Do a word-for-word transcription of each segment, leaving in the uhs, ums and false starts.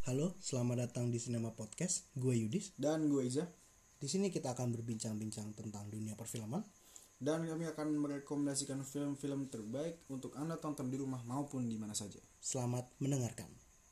Halo, selamat datang di Cinema Podcast. Gue Yudis dan gue Iza. Di sini kita akan berbincang-bincang tentang dunia perfilman dan kami akan merekomendasikan film-film terbaik untuk Anda tonton di rumah maupun di mana saja. Selamat mendengarkan.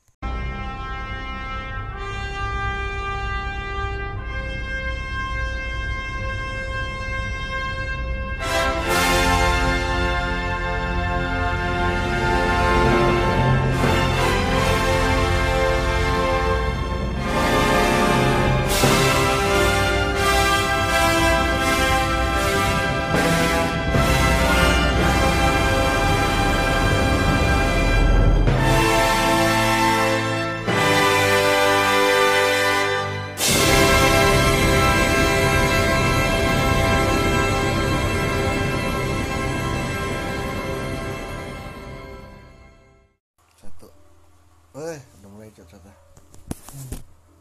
Satu. Eh, udah mulai cok satu. Hmm.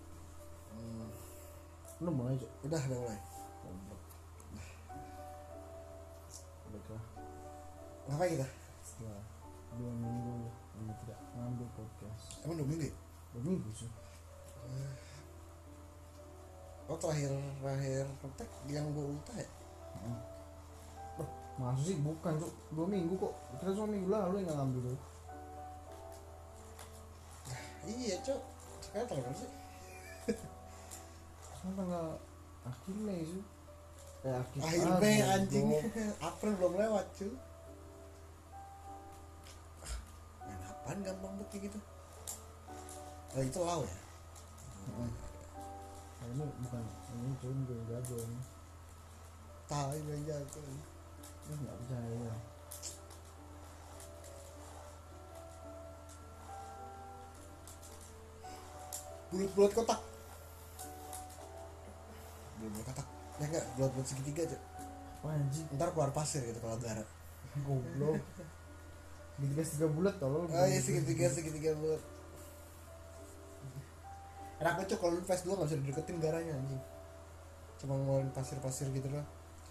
Udah mulai cok. Udah, udah mulai. Baiklah, Ngapain kita? setelah dua minggu kami tidak mengambil podcast. Emang dua minggu ya? Dua minggu sih. Oh terakhir terakhir kontak yang gue ulta ya? Oh, masa sih bukan cok, dua minggu kok. Kita cuma minggu lalu yang nggak ngambil tuh. Iya cok. Sekarang tanggal berapa sih? Sekarang tanggal akhir Mei sih. Eh akhir, Akhir ah, Mei goblok. anjing. April belum lewat cuy. Ah, main apaan gampang banget kayak gitu? Oh itu lau ya? Heeh. Nah, ini bukan ini cuma gue yang jago ini. Tahu yang jago. Ini nggak percaya. Bulat-bulat kotak. Bulat-bulat kotak. Ya enggak, bulat-bulat segitiga cok. Wah anjing, Ntar keluar pasir gitu kalau garak. goblok. Segitiga tiga bulat tolol. Oh iya segitiga segitiga bulat. Enak banget cok kalau lu P S dua nggak bisa dideketin garanya anjing. Cuma ngeluarin pasir-pasir gitu loh.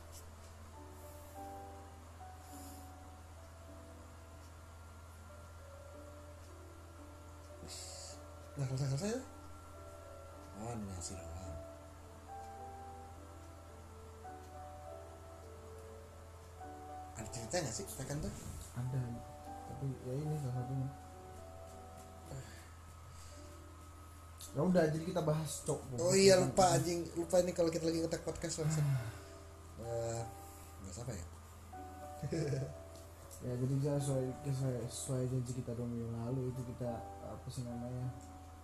Nah selesai-selesai ya. Oh animasi doang. Ada cerita nggak sih Tekken tuh? Ada, tapi ya ini salah satunya. Ya udah, jadi kita bahas cok. Oh iya lupa anjing, lupa ini kalau kita lagi ngetek podcast langsung. Eh, bahas apa ya? Ya jadi kita sesuai, sesuai, sesuai janji kita dua minggu lalu itu kita apa sih namanya,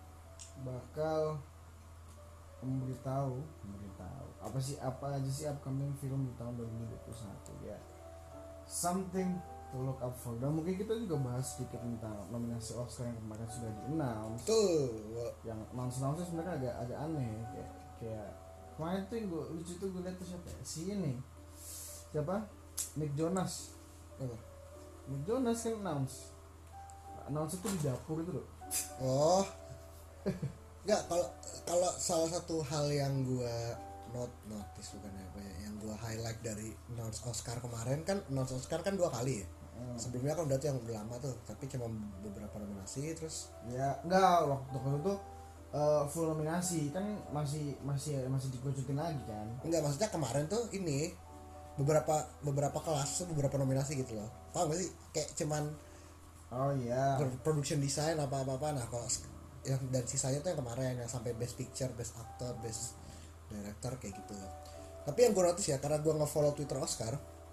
bakal memberitahu memberitahu apa sih apa aja sih upcoming film di tahun dua ribu dua puluh satu ya, something to look up for. Dan mungkin kita juga bahas sedikit tentang nominasi Oscar yang kemarin sudah di-announce. Tuh, Yang announce-announce sebenarnya agak agak aneh kayak kayak kemarin tuh yang gue lucu tuh gue lihat tuh siapa ya? Si ini siapa, Nick Jonas. apa? Nick Jonas kan announce announce itu di dapur itu loh. Oh, nggak kalau kalau salah satu hal yang gua not notice bukan apa ya, yang gua highlight dari announce Oscar kemarin kan, announce Oscar kan dua kali ya. Hmm. Sebelumnya kan udah tuh yang udah lama tuh, tapi cuma beberapa nominasi terus. Ya enggak, waktu itu uh, full nominasi kan masih masih masih dikerucutin lagi kan. Enggak, maksudnya kemarin tuh ini beberapa beberapa kelas tuh beberapa nominasi gitu loh. Paham gak sih? Kayak cuman Oh iya. production design apa-apa-apa. Nah kalau yang dan sisanya tuh yang kemarin yang sampai best picture, best actor, best director kayak gitu. Tapi yang gue notice ya, karena gue nge-follow Twitter Oscar,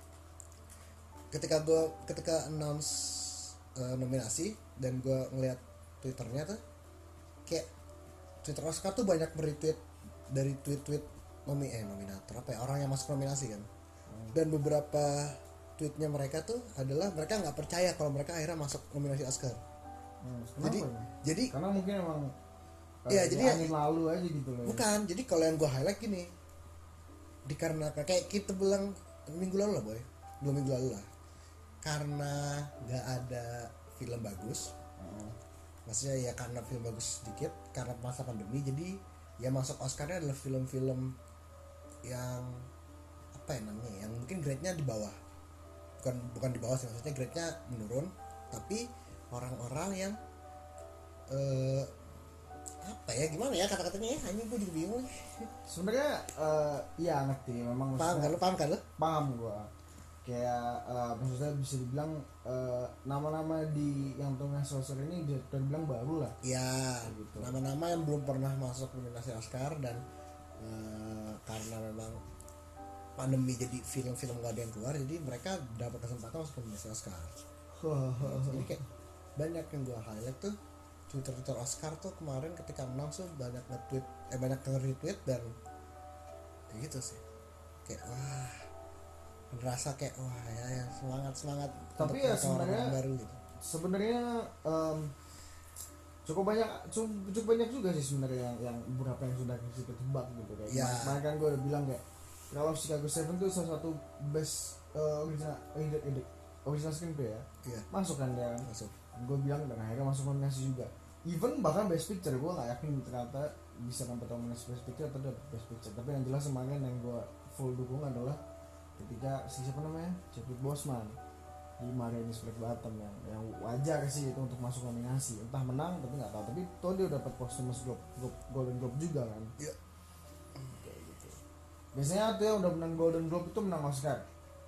ketika gue ketika announce uh, nominasi dan gue ngeliat Twitternya tuh kayak Twitter Oscar tuh banyak meretweet dari tweet-tweet nomi eh nominator apa ya, orang yang masuk nominasi kan. Dan beberapa tweetnya mereka tuh adalah mereka nggak percaya kalau mereka akhirnya masuk nominasi Oscar. Hmm, Jadi kenapa ya? jadi Karena mungkin emang Iya, uh, jadi di ya- angin lalu aja gitu loh. bukan, jadi kalau yang gue highlight gini, dikarenakan kayak kita bilang minggu lalu lah boy, dua minggu lalu lah, karena nggak ada film bagus, Hmm. maksudnya ya karena film bagus sedikit karena masa pandemi, jadi ya masuk Oscarnya adalah film-film yang apa ya namanya, yang mungkin grade-nya di bawah, bukan bukan di bawah sih, maksudnya grade-nya menurun, tapi orang-orang yang eh, ya gimana ya kata-katanya ya anjing gue juga bingung Sebenarnya uh, iya ngerti memang paham kan lu paham kan lu paham gua kayak uh, maksudnya bisa dibilang uh, nama-nama di yang tengah sosok ini bisa dibilang baru lah ya gitu. nama-nama yang belum pernah masuk nominasi Oscar dan uh, karena memang pandemi jadi film-film gak ada yang keluar jadi mereka dapat kesempatan masuk nominasi Oscar. Jadi kayak banyak yang gua highlight tuh Twitter-Twitter Oscar tuh kemarin ketika menang tuh banyak nge-tweet eh banyak nge-retweet dan kayak gitu sih kayak wah merasa kayak wah ya, ya semangat semangat tapi ya sebenarnya baru gitu. Sebenarnya um, cukup banyak cukup, cukup banyak juga sih sebenarnya yang, yang beberapa yang sudah kita tebak gitu kayak ya. Kemarin kan gue udah bilang kayak kalau Chicago Seven tuh salah satu best uh, original edit edit original screenplay ya, ya. Masuk kan dia masuk gue bilang dan akhirnya masuk nominasi juga. Even bahkan Best Picture gue nggak yakin ternyata bisa dapat nominasi Best Picture atau dapat Best Picture. Tapi yang jelas kemarin yang gue full dukung adalah ketika si siapa namanya Chadwick Boseman di Marines Black Bottom yang yang wajar sih itu untuk masuk nominasi. Entah menang tapi nggak tahu. Tapi toh dia dapat posthumous Globe, Globe, Golden Globe juga kan. Iya. Kayak gitu. Biasanya tuh yang udah menang Golden Globe itu menang Oscar.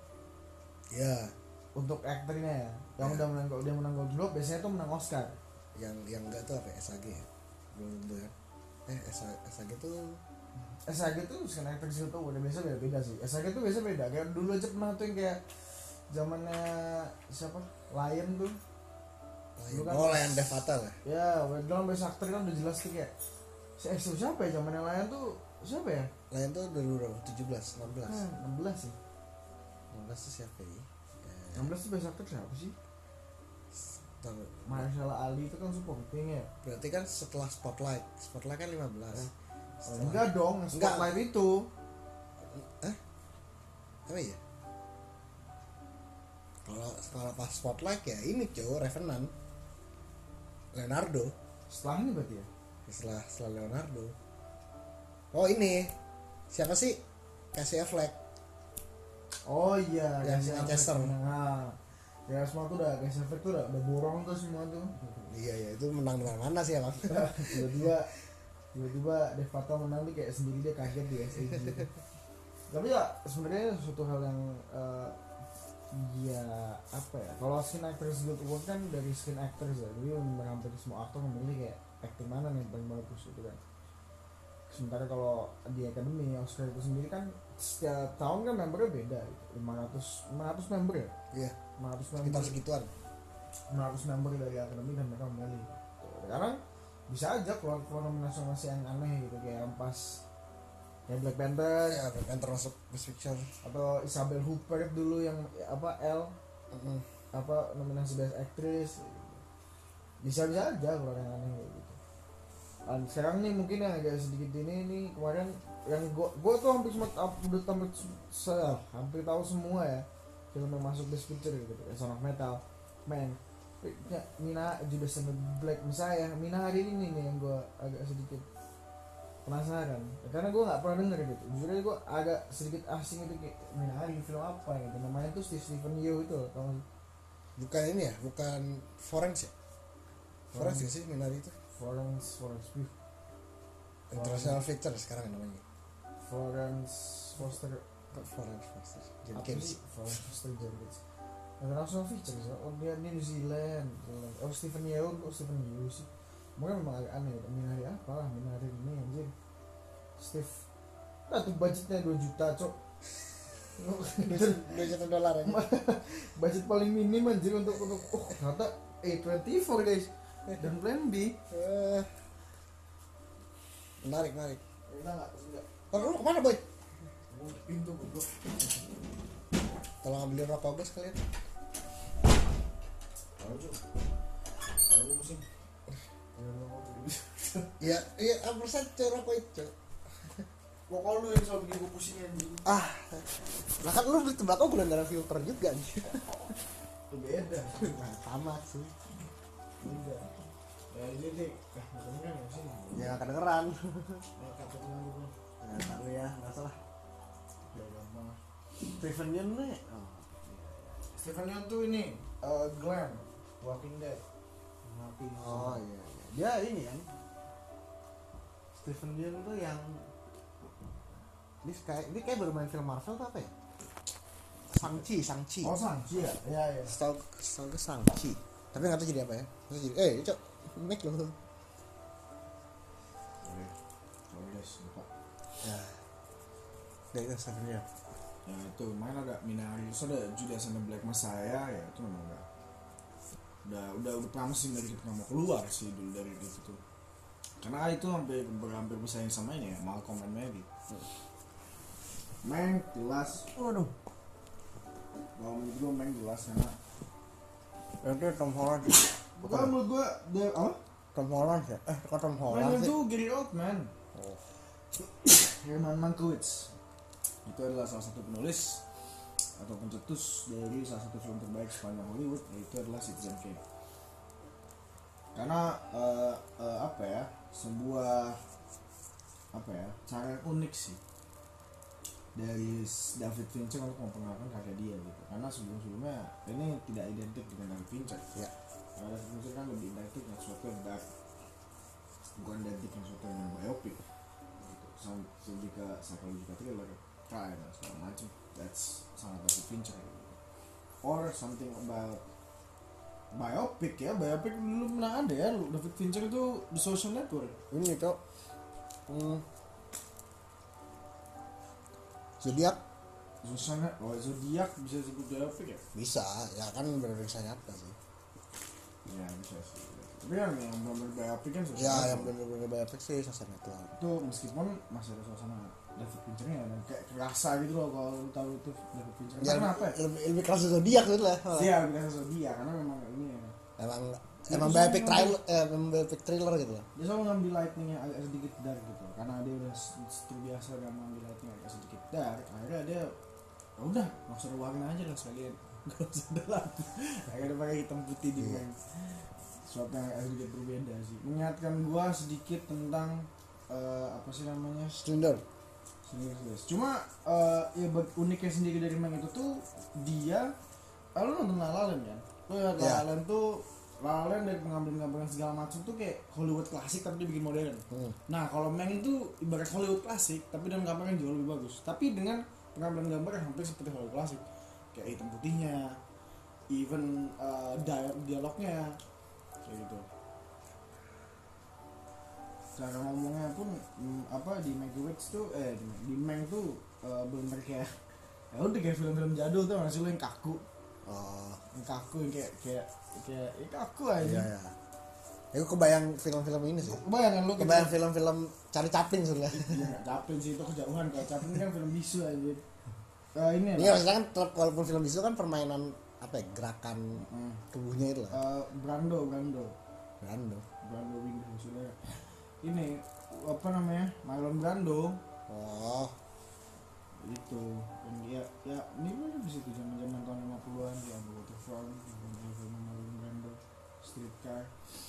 Iya. Untuk aktornya ya. Yang ya. udah menang dia menang Golden Globe biasanya tuh menang Oscar. yang yang enggak tuh apa ya, S A G ya belum tentu ya eh S A G tuh S A G tuh sekarang aktor situ tuh udah biasa beda beda sih. S A G tuh biasa beda kayak dulu aja pernah tuh yang kayak zamannya siapa Lion tuh Lion. Kan oh Lion Dev Fatal ya ya dalam best actor kan udah jelas tuh kayak si Exo siapa ya zamannya Lion tuh siapa ya Lion tuh dulu tujuh belas enam belas nah, enam belas sih enam belas tuh siapa ya enam belas tuh best actor siapa sih Marshall Ali itu kan supporting ya. Berarti kan setelah Spotlight. Spotlight kan lima belas. Eh. Setelah... Enggak dong, Spotlight enggak. Itu. Eh? Apa ya? Kalau kalau pas Spotlight ya ini cow Revenant. Leonardo. Setelah ini berarti ya? Setelah setelah Leonardo. Oh ini. Siapa sih? Casey Affleck. Oh iya, Casey Affleck. Nah. Ya semua tuh udah Casey Affleck tuh udah, udah borong tuh semua tuh. Iya ya itu menang di mana sih ya bang? tiba-tiba tiba-tiba Dev Patel menang nih kayak sendiri dia kaget di S A G. Tapi ya sebenarnya suatu hal yang uh, ya apa ya? Kalau Screen Actors Guild Award kan dari Screen Actors ya, jadi hampir semua aktor memilih kayak acting mana nih yang paling bagus gitu kan. Sementara kalau di Academy Oscar itu sendiri kan setiap tahun kan membernya beda gitu. lima ratus lima ratus member ya? Iya. lima ratus member. Sekitar segituan. lima ratus member dari Academy dan mereka memilih. Gitu. Karena bisa aja keluar keluar nominasi yang aneh gitu kayak yang pas kayak Black Panther. Ya Black Panther masuk Best Picture. Atau Isabelle Huppert dulu yang apa L mm-hmm. apa nominasi Best Actress. Bisa-bisa aja keluar yang aneh gitu. Dan sekarang nih mungkin yang agak sedikit ini nih kemarin yang gua gua tuh hampir sempat udah hampir saya hampir tahu semua ya film yang masuk Best Picture gitu kayak Son of Metal, Man, ya, Mina Judas and the Black Messiah. Mina hari ini nih yang gua agak sedikit penasaran karena gua nggak pernah denger gitu. Jujur aja gua agak sedikit asing itu kayak Mina hari film apa gitu. Namanya tuh Stephen Yeun itu tau gak? Bukan ini ya, bukan Florence ya? Florence ya sih Minari itu? Florence Florence Pugh International Feature sekarang namanya Florence Foster Florence Foster Jenkins Florence Foster Jenkins International Feature oh dia di New Zealand oh Stephen Yeun oh Stephen Yeun sih mungkin memang agak aneh Minari apa lah Minari ini anjir Steve nah tuh budgetnya dua juta cok dua juta dolar aja budget paling minim anjir untuk untuk oh ternyata A twenty-four guys dan Plan B uh, menarik menarik kita nggak enggak kalau lu kemana boy pintu goblok tolong ambilin rokok gue sekalian kalau cok kalau musim ya iya ambil saja rokok itu rokok lu yang selalu bikin gue pusing anjing ah lah kan lu beli tembakau gula darah filter juga anjing itu beda nah, sama sih beda ya ini deh eh kedengeran ya sih ya nggak kedengeran ya katanya dulu ya taruh ya nggak salah ya gampang Stephen Yeun nih oh Stephen Yeun tuh ini uh, Glenn Walking Dead mati oh iya, iya dia ini kan Steven Yeun tuh yang ini kayak ini kayak baru main film Marvel tuh apa ya? Shang-Chi, Shang-Chi. Oh Shang-Chi ya? Iya iya. Setahu setahu gue Shang-Chi. Tapi nggak tahu jadi apa ya. Terus jadi eh cok make lo. Sorry, sorry guys, lupa. Ya. Dari itu sebenarnya. Ya itu main ada Minari, terus ada Judas and the Black Messiah ya itu memang enggak. Udah udah udah promising dari kita mau keluar sih dulu dari gitu tuh. Karena itu hampir hampir bersaing sama ini ya, Malcolm and Marie. Meng jelas. Waduh. Kalau menurut gue Meng jelas karena Itu Tom Holland. bukan menurut gue dia oh Tom Holland ya? Eh, kok Tom Meng Holland sih? itu Gary Oldman. Oh. Herman Mankiewicz itu adalah salah satu penulis atau pencetus dari salah satu film terbaik sepanjang Hollywood, yaitu adalah Citizen Kane. Karena uh, uh, apa ya sebuah apa ya cara yang unik sih dari David Fincher untuk memperkenalkan karya dia gitu. Karena sebelum-sebelumnya ini tidak identik dengan David Fincher. Ya. Karena David Fincher kan lebih identik dengan sesuatu yang dark, bukan identik dengan sesuatu yang biopic. Gitu. Jika psychological thriller, crime dan segala macam, that's sangat David Fincher. Gitu. Or something about biopic ya, biopic dulu pernah ada ya, David Fincher itu The Social Network. Ini cok. Hmm. Zodiac Social Network, oh Zodiac bisa disebut biopic ya? bisa, ya kan berbisa nyata sih. Ya bisa sih. Tapi kan yang benar-benar biopic kan Social Ya, Network. yang bener-bener biopic sih Social Network. Itu meskipun masih ada suasana David Finchernya dan kayak kerasa gitu loh kalau lu tahu itu David Fincher. Ya, Kenapa ya? lebih, lebih keras Zodiac gitu lah. Iya, lebih kerasa Zodiac karena memang ini ya. Emang Ya, emang terus biopic emang- trailer, eh, emang biopic thriller gitu lah. Dia selalu ngambil lightingnya agak sedikit dark gitu karena dia udah s- terbiasa dengan mengambil lighting agak sedikit dark. Akhirnya dia ya udah nggak usah ada warna aja lah sekalian nggak usah ada lampu. Akhirnya dia pakai hitam putih di Iya. blank. Sesuatu yang agak sedikit berbeda sih. Mengingatkan gua sedikit tentang eh, apa sih namanya Slender. Serius. Cuma eh, ya bag- uniknya sendiri dari Meng itu tuh dia ah, lu nonton La La Land kan? Lu lihat La Ya. La Land tuh La La Land dari pengambilan-pengambilan segala macam tuh kayak Hollywood klasik tapi dia bikin modern. Hmm. Nah kalau Meng itu ibarat Hollywood klasik tapi dengan gambar yang jauh lebih bagus. Tapi dengan pengambilan gambar yang hampir seperti Hollywood klasik, kayak hitam putihnya, even uh, dialog dialognya kayak gitu. Cara ngomongnya pun mm, apa di Mankiewicz tuh eh di, di Meng tuh uh, bener kayak ya udah kayak film-film jadul tuh masih lo yang kaku, Oh, yang kaku yang kayak kayak kayak ya kaku aja. iya ya. Ya gue kebayang film-film ini sih. Bayangin lu Kebayang film-film cari capin sebenarnya. Iya nggak capek sih itu kejauhan kalau capek kan film bisu aja. Uh, ini Iya maksudnya kan tetap walaupun film itu kan permainan apa ya gerakan Hmm. tubuhnya itu lah. Uh, Brando Brando Brando. Brando Wing maksudnya ini apa namanya Marlon Brando Oh, itu dan dia ya ini kan di situ zaman zaman tahun lima puluhan dia ambil Waterfront film Marlon Brando Streetcar.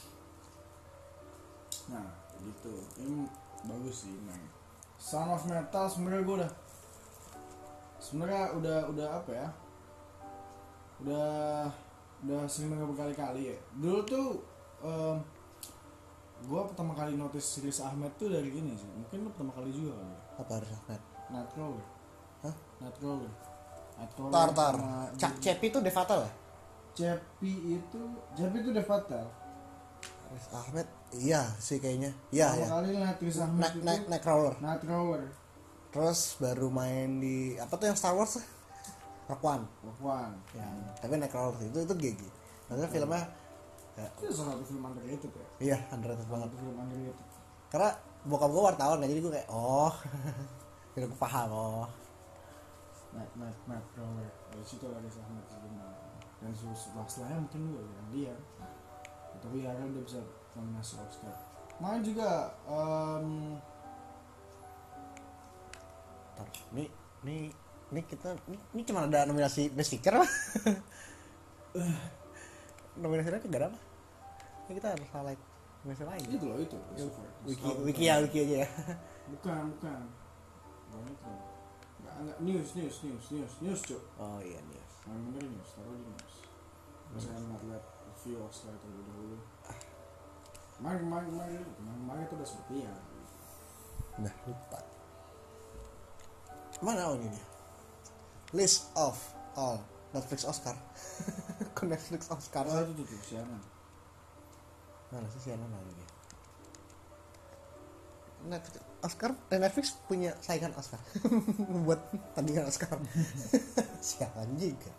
Nah gitu ini bagus sih Meng. Son of Metal sebenarnya gue udah sebenarnya udah udah apa ya udah udah sering denger berkali-kali ya dulu tuh um, gue pertama kali notice Riz Ahmed tuh dari gini sih mungkin lu pertama kali juga kali ya apa harus Ahmed? Nightcrawler Hah? Nightcrawler Nightcrawler Tar tar. sama Cak Cepi itu Devatal ya? Cepi itu Cepi itu udah fatal Riz Ahmed iya sih kayaknya. Iya pertama ya. kali lihat Riz Ahmed Naik itu naik Nightcrawler. Nightcrawler Terus baru main di apa tuh yang Star Wars? Rock One. Rogue One Ya, tapi Nightcrawler itu itu gigi. Maksudnya filmnya ya, itu salah satu film underrated ya iya underrated salah banget. satu film underrated Karena bokap gue wartawan kan jadi gue kayak oh jadi gue paham oh Night Night Nightcrawler dari situ lah Riz Ahmed sebenarnya dan setelah setelahnya mungkin juga yang dia tapi akhirnya udah bisa nominasi Oscar main juga um, Ntar, ini ini ini kita ini, ini cuma ada nominasi best picture apa nominasinya gak ada apa ini kita harus highlight nominasi lain itu loh itu wiki Oh, wiki bukan. ya wiki aja ya bukan bukan bukan itu nggak nggak news news news news news cuk oh iya nih yang bener news taruh di news saya nggak lihat review Oscar terlebih dahulu kemarin kemarin kemarin kemarin kemarin itu udah seperti ya Udah lupa. Mana oh ini dia? List of all Netflix Oscar. Ke Netflix Oscar. Oh itu tuh tuh siapa? Mana sih siapa lagi dia? Netflix Oscar, eh, Netflix punya saingan Oscar. Buat tandingan Oscar. Sialan juga.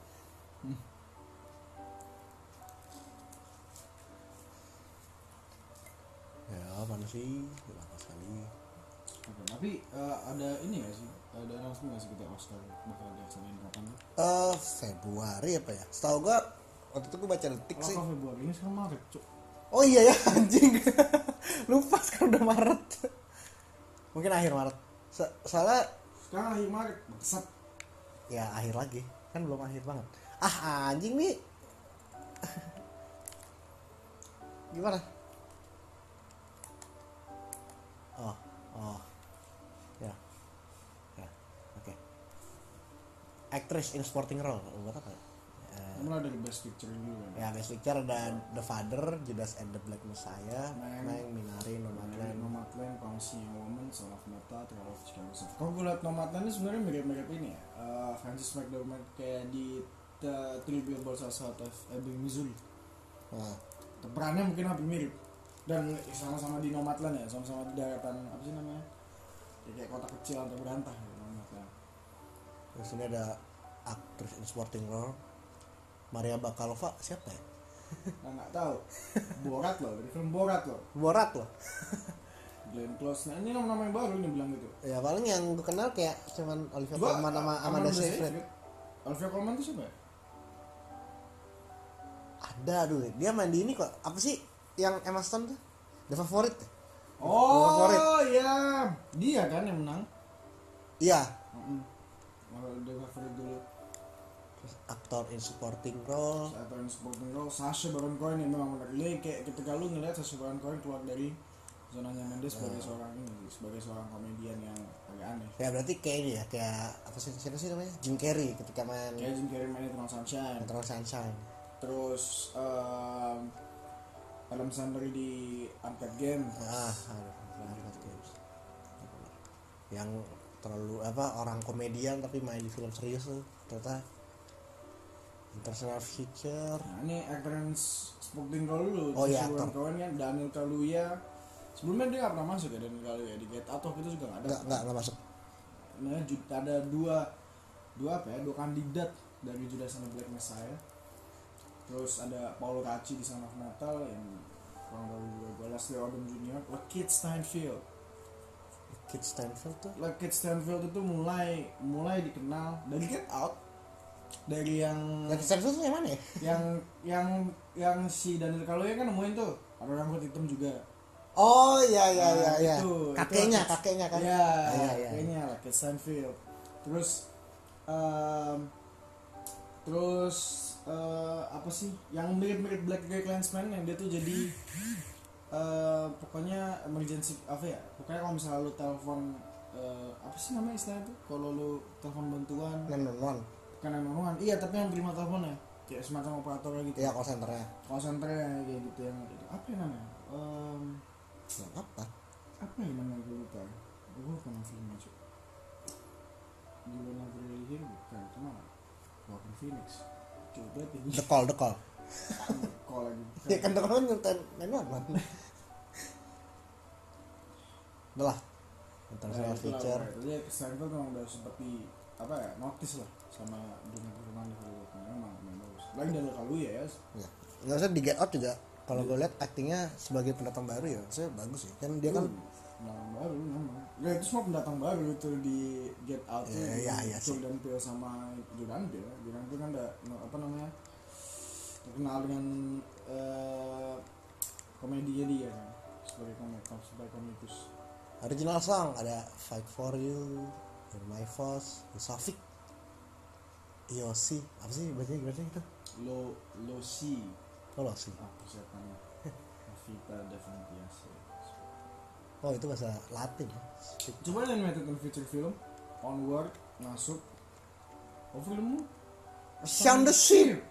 Ya mana sih? Lama sekali. Oke, tapi uh, ada ini nggak sih? Ada announcement nggak sih kita Oscar bakal dilaksanain kapan? Eh Februari apa ya? Setahu gua waktu itu gua baca detik sih. Kalau Februari ini sekarang Maret, cuk. Oh iya ya anjing. Lupa sekarang udah Maret. Mungkin akhir Maret. So- soalnya Sekarang akhir Maret, bangsat. ya akhir lagi. Kan belum akhir banget. Ah anjing nih. Gimana? Oh, oh. Ya. Ya. Oke. Actress in supporting role. Buat apa? Eh, Mulai dari Best Picture dulu kan. ya Best Picture ada The Father, Judas and the Black Messiah, Mank, Mank, Minari, Nomadland. Nomadland, Promising Young Woman, Son of Meta, Trial of Chicago seven. Kalau gue liat Nomadland ini sebenarnya mirip-mirip ini ya. Uh, Francis McDormand kayak di The Three Billboards Outside of Ebbing, Missouri. Nah, Perannya mungkin hampir mirip. Dan sama-sama di Nomadland ya, sama-sama di daratan apa sih namanya? Ya, kayak kota kecil atau berantah ya, Nomadland. terus ini ada aktris in supporting role Maria Bakalova, siapa ya? Nah nggak tahu. Borat loh, dari film Borat loh. Borat loh. Glenn Close. Nah ini nama-nama yang baru nih bilang gitu. Ya paling yang gue kenal kayak cuman Olivia Coba, Colman sama A- Amanda Seyfried. Olivia Colman itu siapa ya? Ada dulu, dia main di ini kok. Apa sih yang Emma Stone tuh? The Favorite. Oh Favorit. iya, dia kan yang menang. Iya. Mm-mm. Kalau The Favorit dulu. Terus aktor in supporting role. Atau yang supporting role Sacha Baron Cohen yang memang benar. Ini kayak ketika lu ngeliat Sacha Baron Cohen keluar dari zona nyaman dia sebagai seorang ini, sebagai seorang komedian yang agak aneh. Ya berarti kayak ini ya, kayak apa sih siapa sih namanya? Jim Carrey ketika main Kayak Jim Carrey main Eternal Sunshine. Eternal Sunshine. Terus um, Adam Sandler di Uncut Game. Ah, ada Uncut Games. Yang terlalu apa orang komedian tapi main di film serius tuh ternyata International Feature. Nah ini actor yang supporting role dulu. Oh iya, Sacha Baron aktor. Cohen kan Daniel Kaluuya. Sebelumnya dia nggak pernah masuk ya Daniel Kaluuya di Get Out of itu juga nggak ada. Enggak enggak enggak masuk. Nah, ju- ada dua dua apa ya dua kandidat dari Judas and the Black Messiah. Terus ada Paul Raci di Son of Metal yang kurang tahu juga gue. Leslie Odom Junior Lakeith Stanfield. Kid Stanfield tuh. Lakeith Stanfield itu mulai mulai dikenal dari Get Out, dari yang Kid Stanfield tuh yang mana ya? yang yang yang si Daniel Kaluuya kan nemuin tuh ada rambut hitam juga. Oh iya iya Nah, iya iya. itu- Kakeknya, itu- kakeknya kan. Iya, iya iya. kayaknya lah kayak Seinfeld. Terus em, terus eh, apa sih yang mirip-mirip Black Guy Klansman yang dia tuh jadi eh, pokoknya emergency apa ya? Pokoknya kalau misalnya lu telepon eh, apa sih namanya istilahnya tuh? Kalau lu telepon bantuan Non non non. bukan yang nonuan. Iya, tapi yang terima teleponnya kayak semacam operator gitu. Iya call centernya. Call center-nya kayak gitu yang apa yang namanya? Em, Yang apa? apa yang namanya gue lupa gue lupa nama filmnya cuy Julian Never Really Here bukan cuma Joaquin Phoenix coba tinggi The call the call. call lagi Ya kan the call kan nonton main one. Udah lah. International Feature. jadi Seinfeld memang udah seperti apa ya notice lah sama dunia perfilman di Hollywood memang memang bagus lagi dari Kaluuya ya Ya. Nggak usah di Get Out juga. Kalau gue lihat aktingnya sebagai pendatang baru ya, saya bagus sih. Kan dia kan pendatang baru memang ya itu semua pendatang baru itu di Get Out tuh Ya, ya, ya sih. Jordan Peele sama Jordan Peele Jordan Peele kan ada apa namanya terkenal dengan eh, komedinya dia kan sebagai komik sebagai komikus. original song ada Fight For You, You're My Force, Safik, Yosi, apa sih bacanya gimana sih itu? Lo Losi Oh Losi. ah persiapannya Vita Definitias. Oh itu bahasa Latin ya. Coba yang nonton feature film Onward masuk. Oh filmmu? Shaun the Sheep.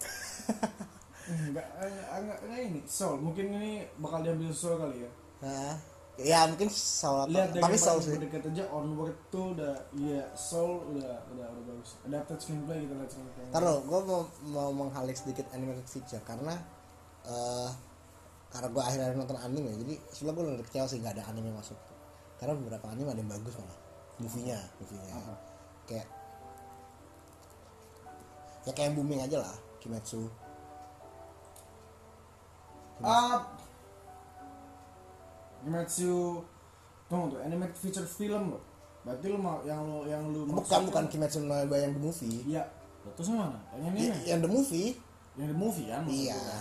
Enggak, enggak, enggak, enggak ini Soul. Mungkin ini bakal diambil Soul kali ya. Nah, Ya mungkin Soul atau Lihat dari tapi yang Soul paling sih. dekat aja Onward tuh udah ya Soul udah udah udah bagus. Adapted screenplay kita lihat screenplay. Taruh, gue mau mau menghalik sedikit animated feature karena eh karena gue akhir-akhir nonton anime, jadi sebelum gue udah kecewa sih nggak ada anime masuk. Karena beberapa anime ada yang bagus malah, movie-nya, movie-nya. Apa? Kayak ya kayak yang booming aja lah, Kimetsu. Up. Kimetsu tunggu tuh animated feature film loh. Berarti lu mau yang lu yang lu Bukan maksudkan- bukan Kimetsu no Yaiba yang the movie. Iya. Loh, terus yang mana? Yang ini Ya, yang the movie. yang the movie kan? maksud Iya. gua kan?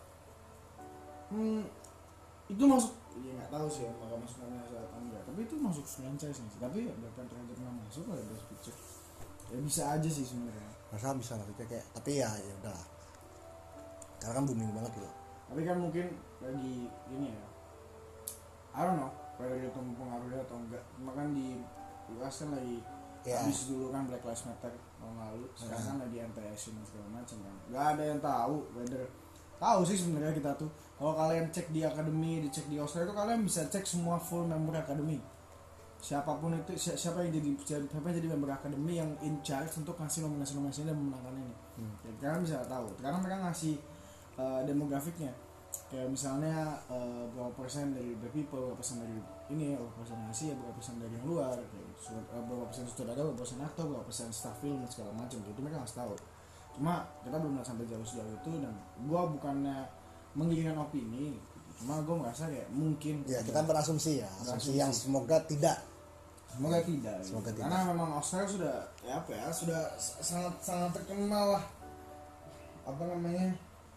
Hmm, itu masuk ya nggak tahu sih apakah masuk namanya atau enggak. Tapi itu masuk franchise sih. Tapi ya Black Panther aja pernah masuk ada best picture. Ya bisa aja sih sebenarnya. Masa bisa maksudnya kayak tapi ya ya udahlah. Karena kan booming banget gitu. Tapi kan mungkin lagi ini ya. I don't know whether itu mempengaruhi atau enggak. Cuma kan di U S kan lagi Ya. habis dulu kan Black Lives Matter tahun lalu. Sekarang Ya. kan lagi anti-Asian dan segala macam kan. Gak ada yang tahu whether tahu sih sebenarnya kita tuh. Kalau kalian cek di akademi, dicek di Oscar itu kalian bisa cek semua full member akademi. Siapapun itu si- siapa yang jadi siapa yang jadi member akademi yang in charge untuk ngasih nominasi-nominasi dan memenangkan ini. Hmm. Ya, kalian bisa tahu. Karena mereka ngasih uh, demografiknya. Kayak misalnya uh, berapa persen dari black people, berapa persen dari ini, berapa persen Asia, berapa persen dari yang luar, kayak, uh, berapa persen sutradara, berapa persen aktor, berapa persen staff film dan segala macam. Itu mereka ngasih tahu. Cuma kita belum sampai jauh sejauh itu dan gua bukannya mengirimkan opini, cuma gua merasa kayak mungkin Ya kita berasumsi ya, asumsi Berasumsi. yang semoga tidak. semoga tidak. Semoga gitu. tidak. Karena memang Oscar sudah ya apa ya sudah sangat sangat terkenal lah apa namanya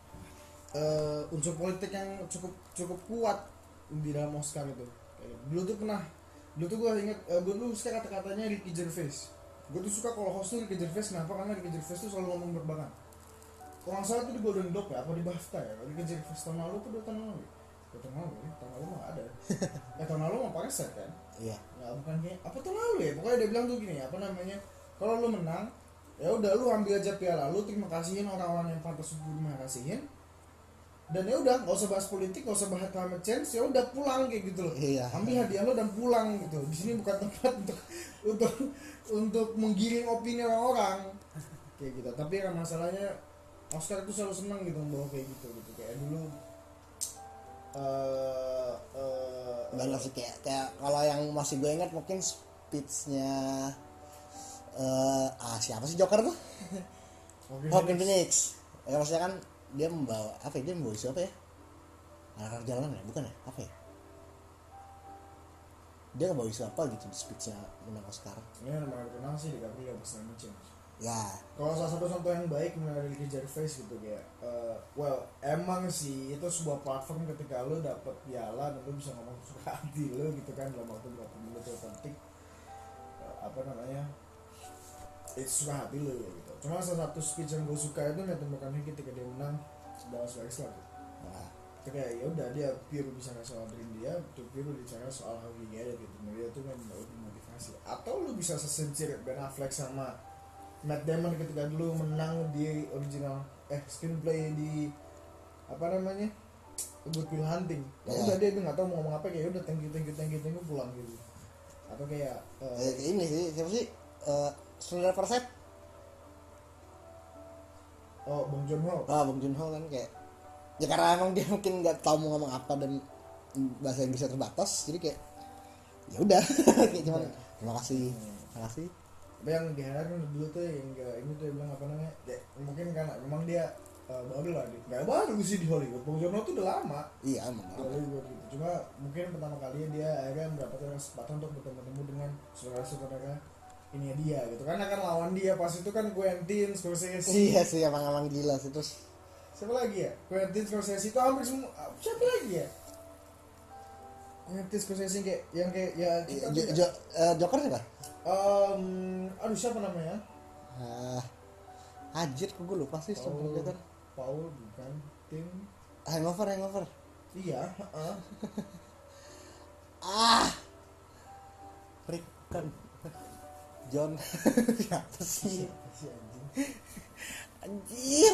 eh unsur politik yang cukup cukup kuat di dalam Oscar itu. Kayak, dulu tuh pernah dulu tuh gue inget uh, gue dulu suka kata-katanya Ricky Gervais. Gue tuh suka kalau hostnya Ricky Gervais. Kenapa? Karena Ricky Gervais tuh selalu ngomong berbakan. Kalau nggak salah tuh di Golden Globe ya apa di BAFTA ya. Ricky Gervais tahun lalu tuh dua tahun lalu. Dua tahun lalu ya. Tahun lalu mah nggak ada. Ya tahun lalu mah Parasite kan. Iya. Nggak bukan kayak apa tahun lalu ya. Pokoknya dia bilang tuh gini apa namanya. Kalau lu menang ya udah lu ambil aja piala lu, terima kasihin orang-orang yang pantas untuk terima kasihin. Dan ya udah nggak usah bahas politik, nggak usah bahas climate change, ya udah pulang kayak gitu loh. Iya. Ambil hadiah lo dan pulang gitu. Di sini bukan tempat untuk untuk untuk menggiring opini orang-orang kayak gitu. Tapi kan masalahnya Oscar itu selalu senang gitu membawa kayak gitu gitu. Kayak dulu eh eh Banyak sih kayak kayak kalau yang masih gue ingat mungkin speechnya eh ah siapa sih Joker tuh? Joaquin Phoenix. Ya maksudnya kan dia membawa apa ya? Dia membawa isu apa ya? Anak jalanan ya, bukan ya? Apa ya? Dia membawa isu apa gitu di speechnya menang Oscar? ini yang paling terkenal sih di Gabriel Climate Change. Ya, Kalau salah satu contoh yang baik mengenai Ricky Gervais gitu kayak, uh, well emang sih itu sebuah platform ketika lo dapet piala dan lo bisa ngomong suka hati lo gitu kan dalam waktu berapa menit tertentu, uh, apa namanya, itu suka hati lo gitu. Cuma salah satu speech yang gue suka itu menemukannya ketika dia menang Dallas Buyers Club. nah, Itu kayak ya udah dia pure bicara soal dream dia, tuh pure bicara soal how he get it gitu. Dia tuh membawa motivasi. Atau lu bisa sesincere Ben Affleck sama Matt Damon ketika dulu menang di original eh screenplay di apa namanya Good Will Hunting. Ya Ya. udah dia dia nggak tahu mau ngomong apa kayak udah thank you thank you thank you thank you pulang gitu. Atau kayak uh, eh, ini sih siapa sih? Eh Sundar Persat. oh Bong Joon Ho. Ah, Bong Joon Ho kan kayak ya karena emang dia mungkin nggak tahu mau ngomong apa dan bahasa Inggrisnya terbatas, jadi kayak ya udah kayak cuman terima kasih, terima kasih. Tapi yang di H R kan dulu tuh yang gak, ini tuh yang bilang apa namanya ya, mungkin karena memang dia uh, baru lah di, gak baru sih di Hollywood. Bong Joon Ho tuh udah lama Iya emang. di Hollywood gitu. Cuma mungkin pertama kali dia akhirnya mendapatkan kesempatan untuk bertemu dengan saudara-saudara ini dia gitu. Karena kan lawan dia pas itu kan Quentin Scorsese. Iya sih emang emang gila sih terus. Siapa lagi ya? Quentin Scorsese itu hampir semua. Siapa lagi ya? Quentin Scorsese kayak yang kayak ya kita Jo, tidak- jo, eh, Joker siapa? Um, aduh siapa namanya? Ah, Anjir kok gue lupa sih sama Paul, Joker. Paul bukan Tim. Hangover, Hangover. Iya, heeh. Ah, Rick kan John. Siapa sih? Si anjing. Anjir.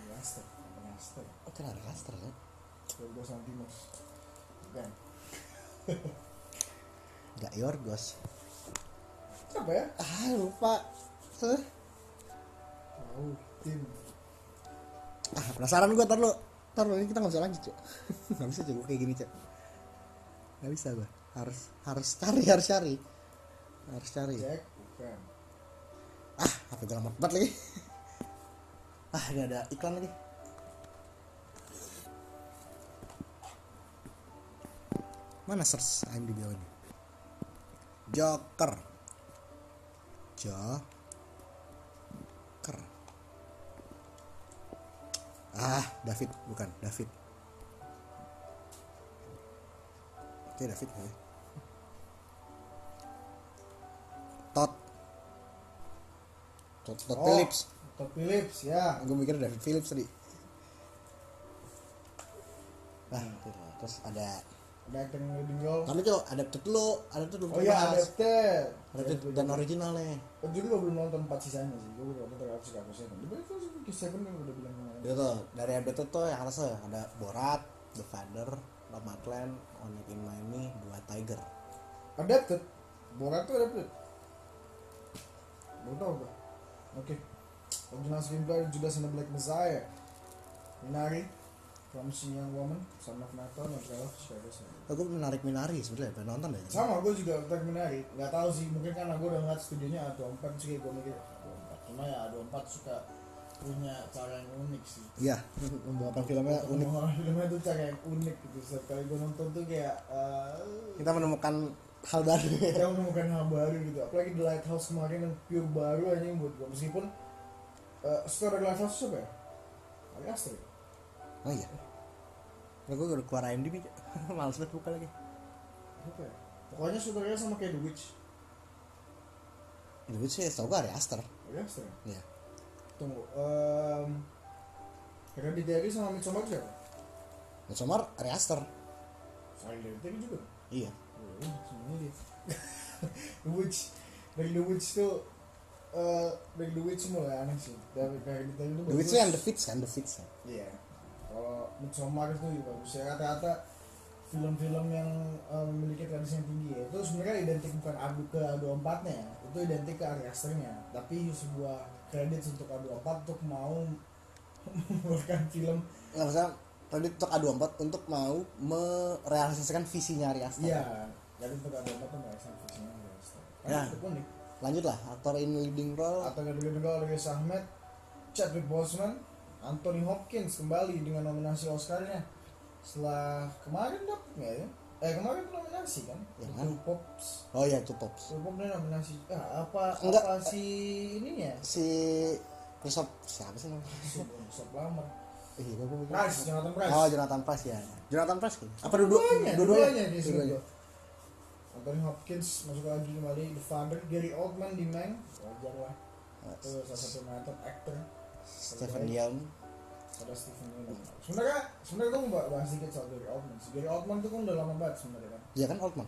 Master, Master. Oh kan ada Raster kan? Yorgos Lanthimos. Bukan. Gak Yorgos. Siapa ya? Ah lupa. Huh? Oh, tim. Ah penasaran gue, tar lu Ntar lu, ini kita gak bisa lanjut Cok. Gak bisa Cok, kayak gini Cok. Gak bisa gue. Harus harus cari, harus cari Harus cari Jack bukan. Ah, H P gue lambat banget lagi. Ah, ini ada iklan lagi. Mana search I M D B ini? Joker. Joker. Ah, David, bukan David. Oke, David ya. Todd. Todd, Todd Oh, Phillips. Todd Phillips ya. Gue mikir David Phillips tadi. Nah, terus ada Ada acting leading role. Tapi tuh adapted dulu, adapted belum Oh iya, dibahas. adapted. Adapted dan original nih. Oh, jadi gue belum nonton empat sisanya sih. Gue udah nonton terakhir sih aku Seven. Di itu sih Seven kan udah bilang kemarin. Itu tuh dari adapted tuh yang atas tuh ada Borat, The Father, Nomadland, Only in Miami, Dua Tiger. Adapted. Borat tuh adapted. Baru tau gue. Oke. Original screenplay Judas and the Black Messiah. Minari, Promising Young Woman, Son of Nathan, dan Trail of Shadows. Aku menarik Minari sebenarnya, pengen nonton deh. Sama gue juga tertarik Minari. Gak tau sih, mungkin karena gue udah ngeliat studionya A dua puluh empat sih, gue mikir A dua puluh empat. Cuma ya A dua puluh empat suka punya cara yang unik sih. Iya, membawakan filmnya unik. Membawakan filmnya tuh cara yang unik gitu. Setiap kali gue nonton tuh kayak uh, Kita menemukan hal baru. kita menemukan hal baru gitu. Apalagi The Lighthouse kemarin yang pure baru aja yang buat gue. Meskipun uh, setelah The Lighthouse siapa ya? Ari Aster ya? Oh iya. Nah, gue udah keluar I M D B, males banget buka lagi. Apa ya? Pokoknya saudaranya sama kayak The Witch. The Witch sih, tau gue Ari Aster. Ari Aster ya? Iya. Tunggu. Um, Hereditary sama Midsommar siapa? Midsommar Ari Aster. Hereditary juga? Iya. Oh, semuanya dia. The Witch. Dari The Witch tuh uh, dari The Witch mulai aneh sih. Dari Hereditary itu The Witch tuh yang The Fits kan, The Fits kan. Iya. Kalau Midsommar itu juga bagus ya, rata-rata film-film yang uh, memiliki tradisi yang tinggi ya, itu sebenarnya identik bukan adu ke A dua puluh empat-nya ya, itu identik ke Ari Aster-nya, tapi sebuah kredit untuk A dua puluh empat untuk mau membuatkan film. Nggak masalah, kredit untuk A dua puluh empat untuk mau merealisasikan visinya Ari Aster. Iya, jadi untuk A dua puluh empat tuh nggak bisa visinya Ari Aster. Kan Ya. itu unik. Lanjutlah, aktor in leading role. Atau yang dulu juga Riz Ahmed, Chadwick Boseman, Anthony Hopkins kembali dengan nominasi Oscar-nya setelah kemarin dapet nggak ya? Eh kemarin nominasi kan? Ya, Two kan? Pops. Oh iya, Two Pops. Two Pops dia nominasi. Ah, apa Enggak. apa si ininya? Si Christoph siapa sih namanya? Sop lama. Iya, gue mikir. Price, Jonathan Price. Oh, Jonathan Price ya. Jonathan Price kan? Apa dua-duanya? Dua-duanya, dua-duanya dia Dua-duanya. sebut. Anthony Hopkins masuk lagi kembali The Father, Gary Oldman di Mank, wajar lah. Itu salah satu method actor. Stephen Yeun. Ada Stephen Yeun. Sebenarnya sebenarnya gue mau bahas sedikit soal Gary Oldman. Si Gary Oldman tuh kan udah lama banget sebenarnya kan. Iya kan Oldman.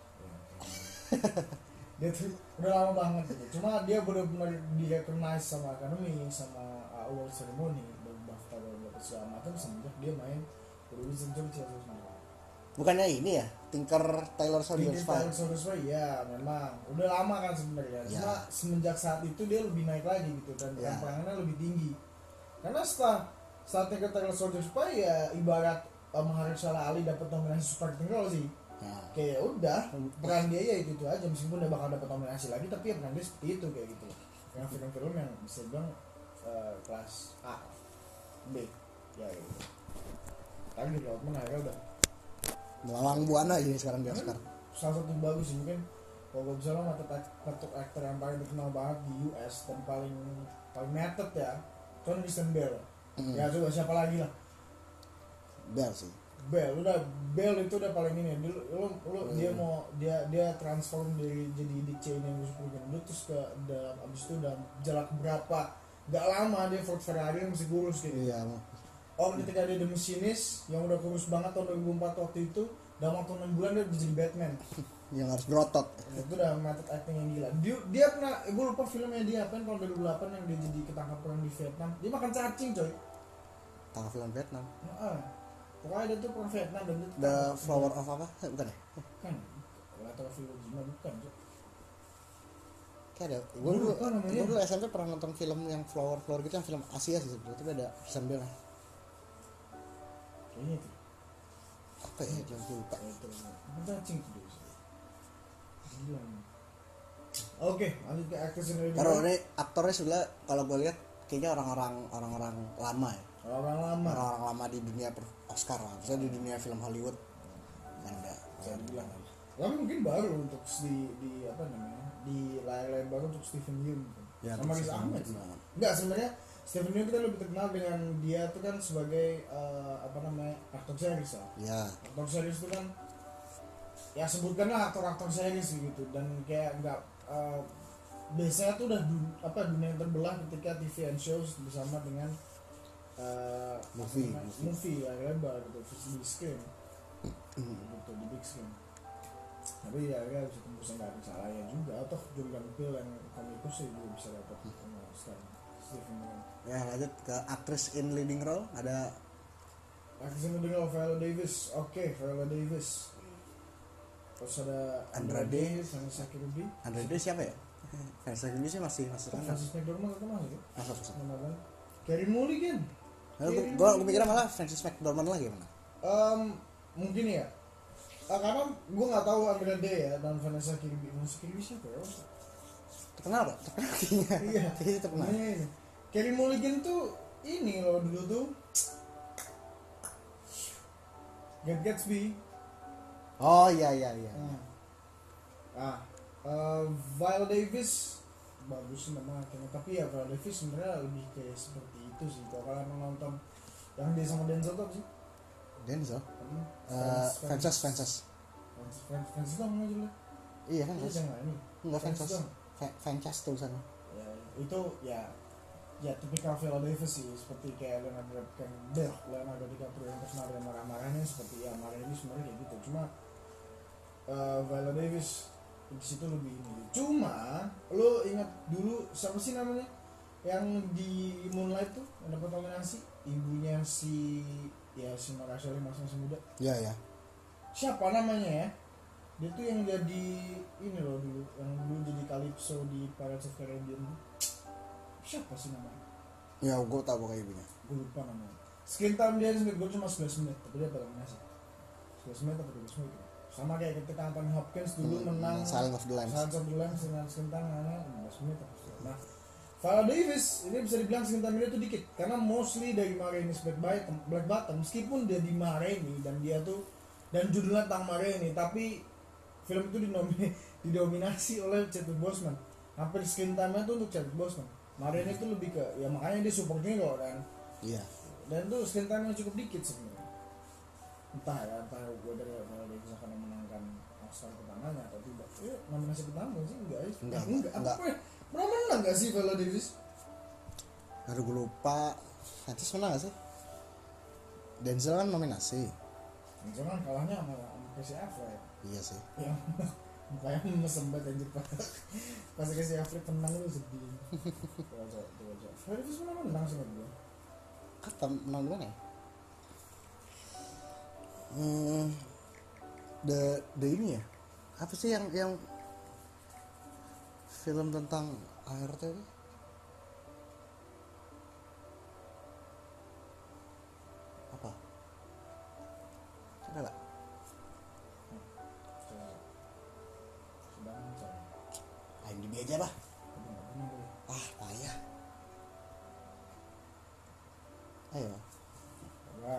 Dia tuh udah lama banget gitu. Cuma dia benar-benar di-recognize sama Academy, sama uh, award ceremony, dan BAFTA dan beberapa segala macam semenjak dia main Producer Churchill sebenarnya. Bukannya ini ya, Tinker Tailor Soldier Tinker Spy. Tailor Soldier Spy, ya memang udah lama kan sebenarnya. Ya. Cuma semenjak saat itu dia lebih naik lagi gitu dan Ya. perannya lebih tinggi. Karena setelah saat Tinker Tailor Soldier Spy ya ibarat uh, Mahershala Ali dapat nominasi supporting role sih. Ya. Kayak udah peran dia ya itu, itu aja meskipun dia bakal dapat nominasi lagi tapi ya peran dia seperti itu kayak gitu. Yang film-film yang bisa bilang uh, kelas A, B, ya gitu. Tapi di Oldman akhirnya udah Melalang buana ini sekarang di Oscar. salah satu bagus sih mungkin kalau gue bisa lo method actor yang paling terkenal banget di U S dan paling paling method ya John Christian Bale. Mm. Ya coba siapa lagi lah. Bel sih. Bell udah Bell itu udah paling ini dulu lu, lu Hmm. dia mau dia dia transform dari jadi Dick Cheney yang sepuluh gendut terus ke dalam abis itu dalam jarak berapa gak lama dia Ford Ferrari yang masih kurus gitu. Iya. Oh ketika dia The Machinist yang udah kurus banget tahun dua ribu empat waktu itu dalam waktu enam bulan dia udah jadi Batman. Yang harus berotot. Itu udah method acting yang gila. Dia, dia pernah gue lupa filmnya dia apa tahun dua ribu delapan yang dia jadi ketangkap perang di Vietnam. Dia makan cacing coy. Tanggal film Vietnam. Nah, pokoknya ada tuh perang Vietnam dan itu The Flower of apa? Eh, bukan ya? kan Letter of Iwo Jima bukan Cuk. Kayak ada. Gue Gua dulu, lupa namanya. gue dulu S M P pernah nonton film yang Flower Flower gitu, yang film Asia sih sebetulnya, tapi ada sambil Kayaknya itu apa ya? Jangan gue lupa. kayak itu cacing tuh dulu. Gila nih. Oke, lanjut ke actress in leading Taruh role. ini aktornya sebelah kalau gue lihat kayaknya orang-orang orang-orang lama ya. Orang lama. Orang-orang lama di dunia per Oscar lah, misalnya di dunia film Hollywood ada. Bisa dibilang. Tapi mungkin baru untuk di di apa namanya? Di layar-layar baru untuk Stephen Yeun. Ya, sama Riz Stephen Ahmed. Yeun. Enggak, sebenarnya Stephen Yeun kita lebih terkenal dengan dia tuh kan sebagai eh, apa namanya? Aktor series lah. Ya, Aktor series itu kan ya sebutkanlah aktor-aktor series gitu dan kayak enggak eh, biasanya tuh udah du- apa dunia yang terbelah ketika T V and shows bersama dengan eh, Movie, apa namanya, movie. movie layar lebar gitu di screen gitu di big screen. Tapi ya ya bisa tembus nggak ada salahnya juga atau Jordan Peele yang komikus sih juga bisa dapat sama sekarang Stephen Yeun. ya lanjut ke aktris in leading role ada Aktris yang dengan Viola Davis, oke Viola Davis. Terus ada Andrade. Andrade, Vanessa Kirby. Andrade siapa ya? Vanessa Kirby sih masih masuk kan? Francis McDormand itu masuk ya? Masuk masuk. Nama kan? Carey Mulligan. Lalu gue gue mikirnya malah Francis McDormand lagi mana? Um, mungkin ya. Ah, karena gue nggak tahu Andrade ya dan Vanessa Kirby. Vanessa Kirby siapa ya? Terkenal pak? Terkenal kayaknya. Iya. Kayaknya terkenal. Namanya ini. Carey Mulligan tuh ini loh dulu tuh. Get Gatsby. Oh iya iya iya. Nah, ah, eh, Viola Davis bagus sih memang akhirnya, tapi ya Viola Davis sebenarnya lebih kayak seperti itu sih. Kalau kalian nonton yang dia sama Denzel tuh apa sih? Denzel. Apa? Uh, Frances Frances. Frances Frances Frances dong aja lah. Iya Itu Frances. jangan ini. Enggak Frances. dong. Fa- Frances tulisannya. Ya, itu ya ya tipikal Viola Davis sih, seperti kayak Leonardo DiCaprio, Leonardo DiCaprio yang terkenal dengan marah-marahnya seperti ya marah ini sebenarnya kayak gitu. Cuma uh, Viola Davis di situ lebih ini. Cuma lo ingat dulu siapa sih namanya yang di Moonlight tuh yang dapat nominasi, ibunya si ya si Marah Shelly masih masih muda. Iya ya. Siapa namanya ya? Dia tuh yang jadi ini loh dulu, yang dulu jadi Calypso di Pirates of Caribbean. Siapa sih namanya? Ya gue tau pokoknya ibunya. Gue lupa namanya. Screen time dia Smith gue cuma sebelas menit, tapi dia pada nominasi. sebelas menit atau dua belas menit. Sama kayak ketika Anthony Hopkins dulu Hmm, menang Silence of the Lambs. Silence of the Lambs dengan screen time hanya lima belas menit atau sebelas. Nah, Viola Davis ini bisa dibilang screen time itu dikit karena mostly dari Ma Rainey's Black Bottom, Black Bottom meskipun dia di Ma Rainey dan dia tuh dan judulnya tentang Ma Rainey, tapi film itu dinomi, didominasi oleh Chadwick Boseman. Hampir screen time-nya tuh untuk Chadwick Boseman. Ma Rainey itu lebih ke ya makanya dia support hero kan. Iya. Dan itu screen time-nya cukup dikit sebenarnya. Entah ya, entah gue dari Viola Davis akan memenangkan Oscar pertamanya atau tidak. Eh, nominasi pertama sih enggak ya? Enggak, Eh, enggak. enggak. Apa ya? Pernah menang gak sih Viola Davis? Aduh gue lupa. Frances menang gak sih? Denzel kan nominasi. Jangan kalahnya sama sama Casey Affleck. Iya sih. Yang mukanya mesembet anjir pas pas Casey Affleck menang lu sedih. Coba coba coba. Viola Davis menang menang sih menurut gue. Kata menang di mana ya? Hmm, the the ini ya. Apa sih yang yang film tentang air tuh itu? Apa? Ada gak? Coba. Sedang mencari. I M D B aja bah. Tapi nggak benar gue. Ah, payah. Ayo. Coba.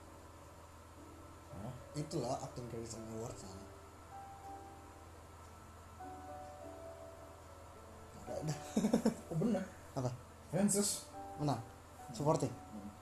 Hah? Itu loh Acting Critics Award sana. Ada udah. Oh benar. Apa? Frances. Menang. Supporting.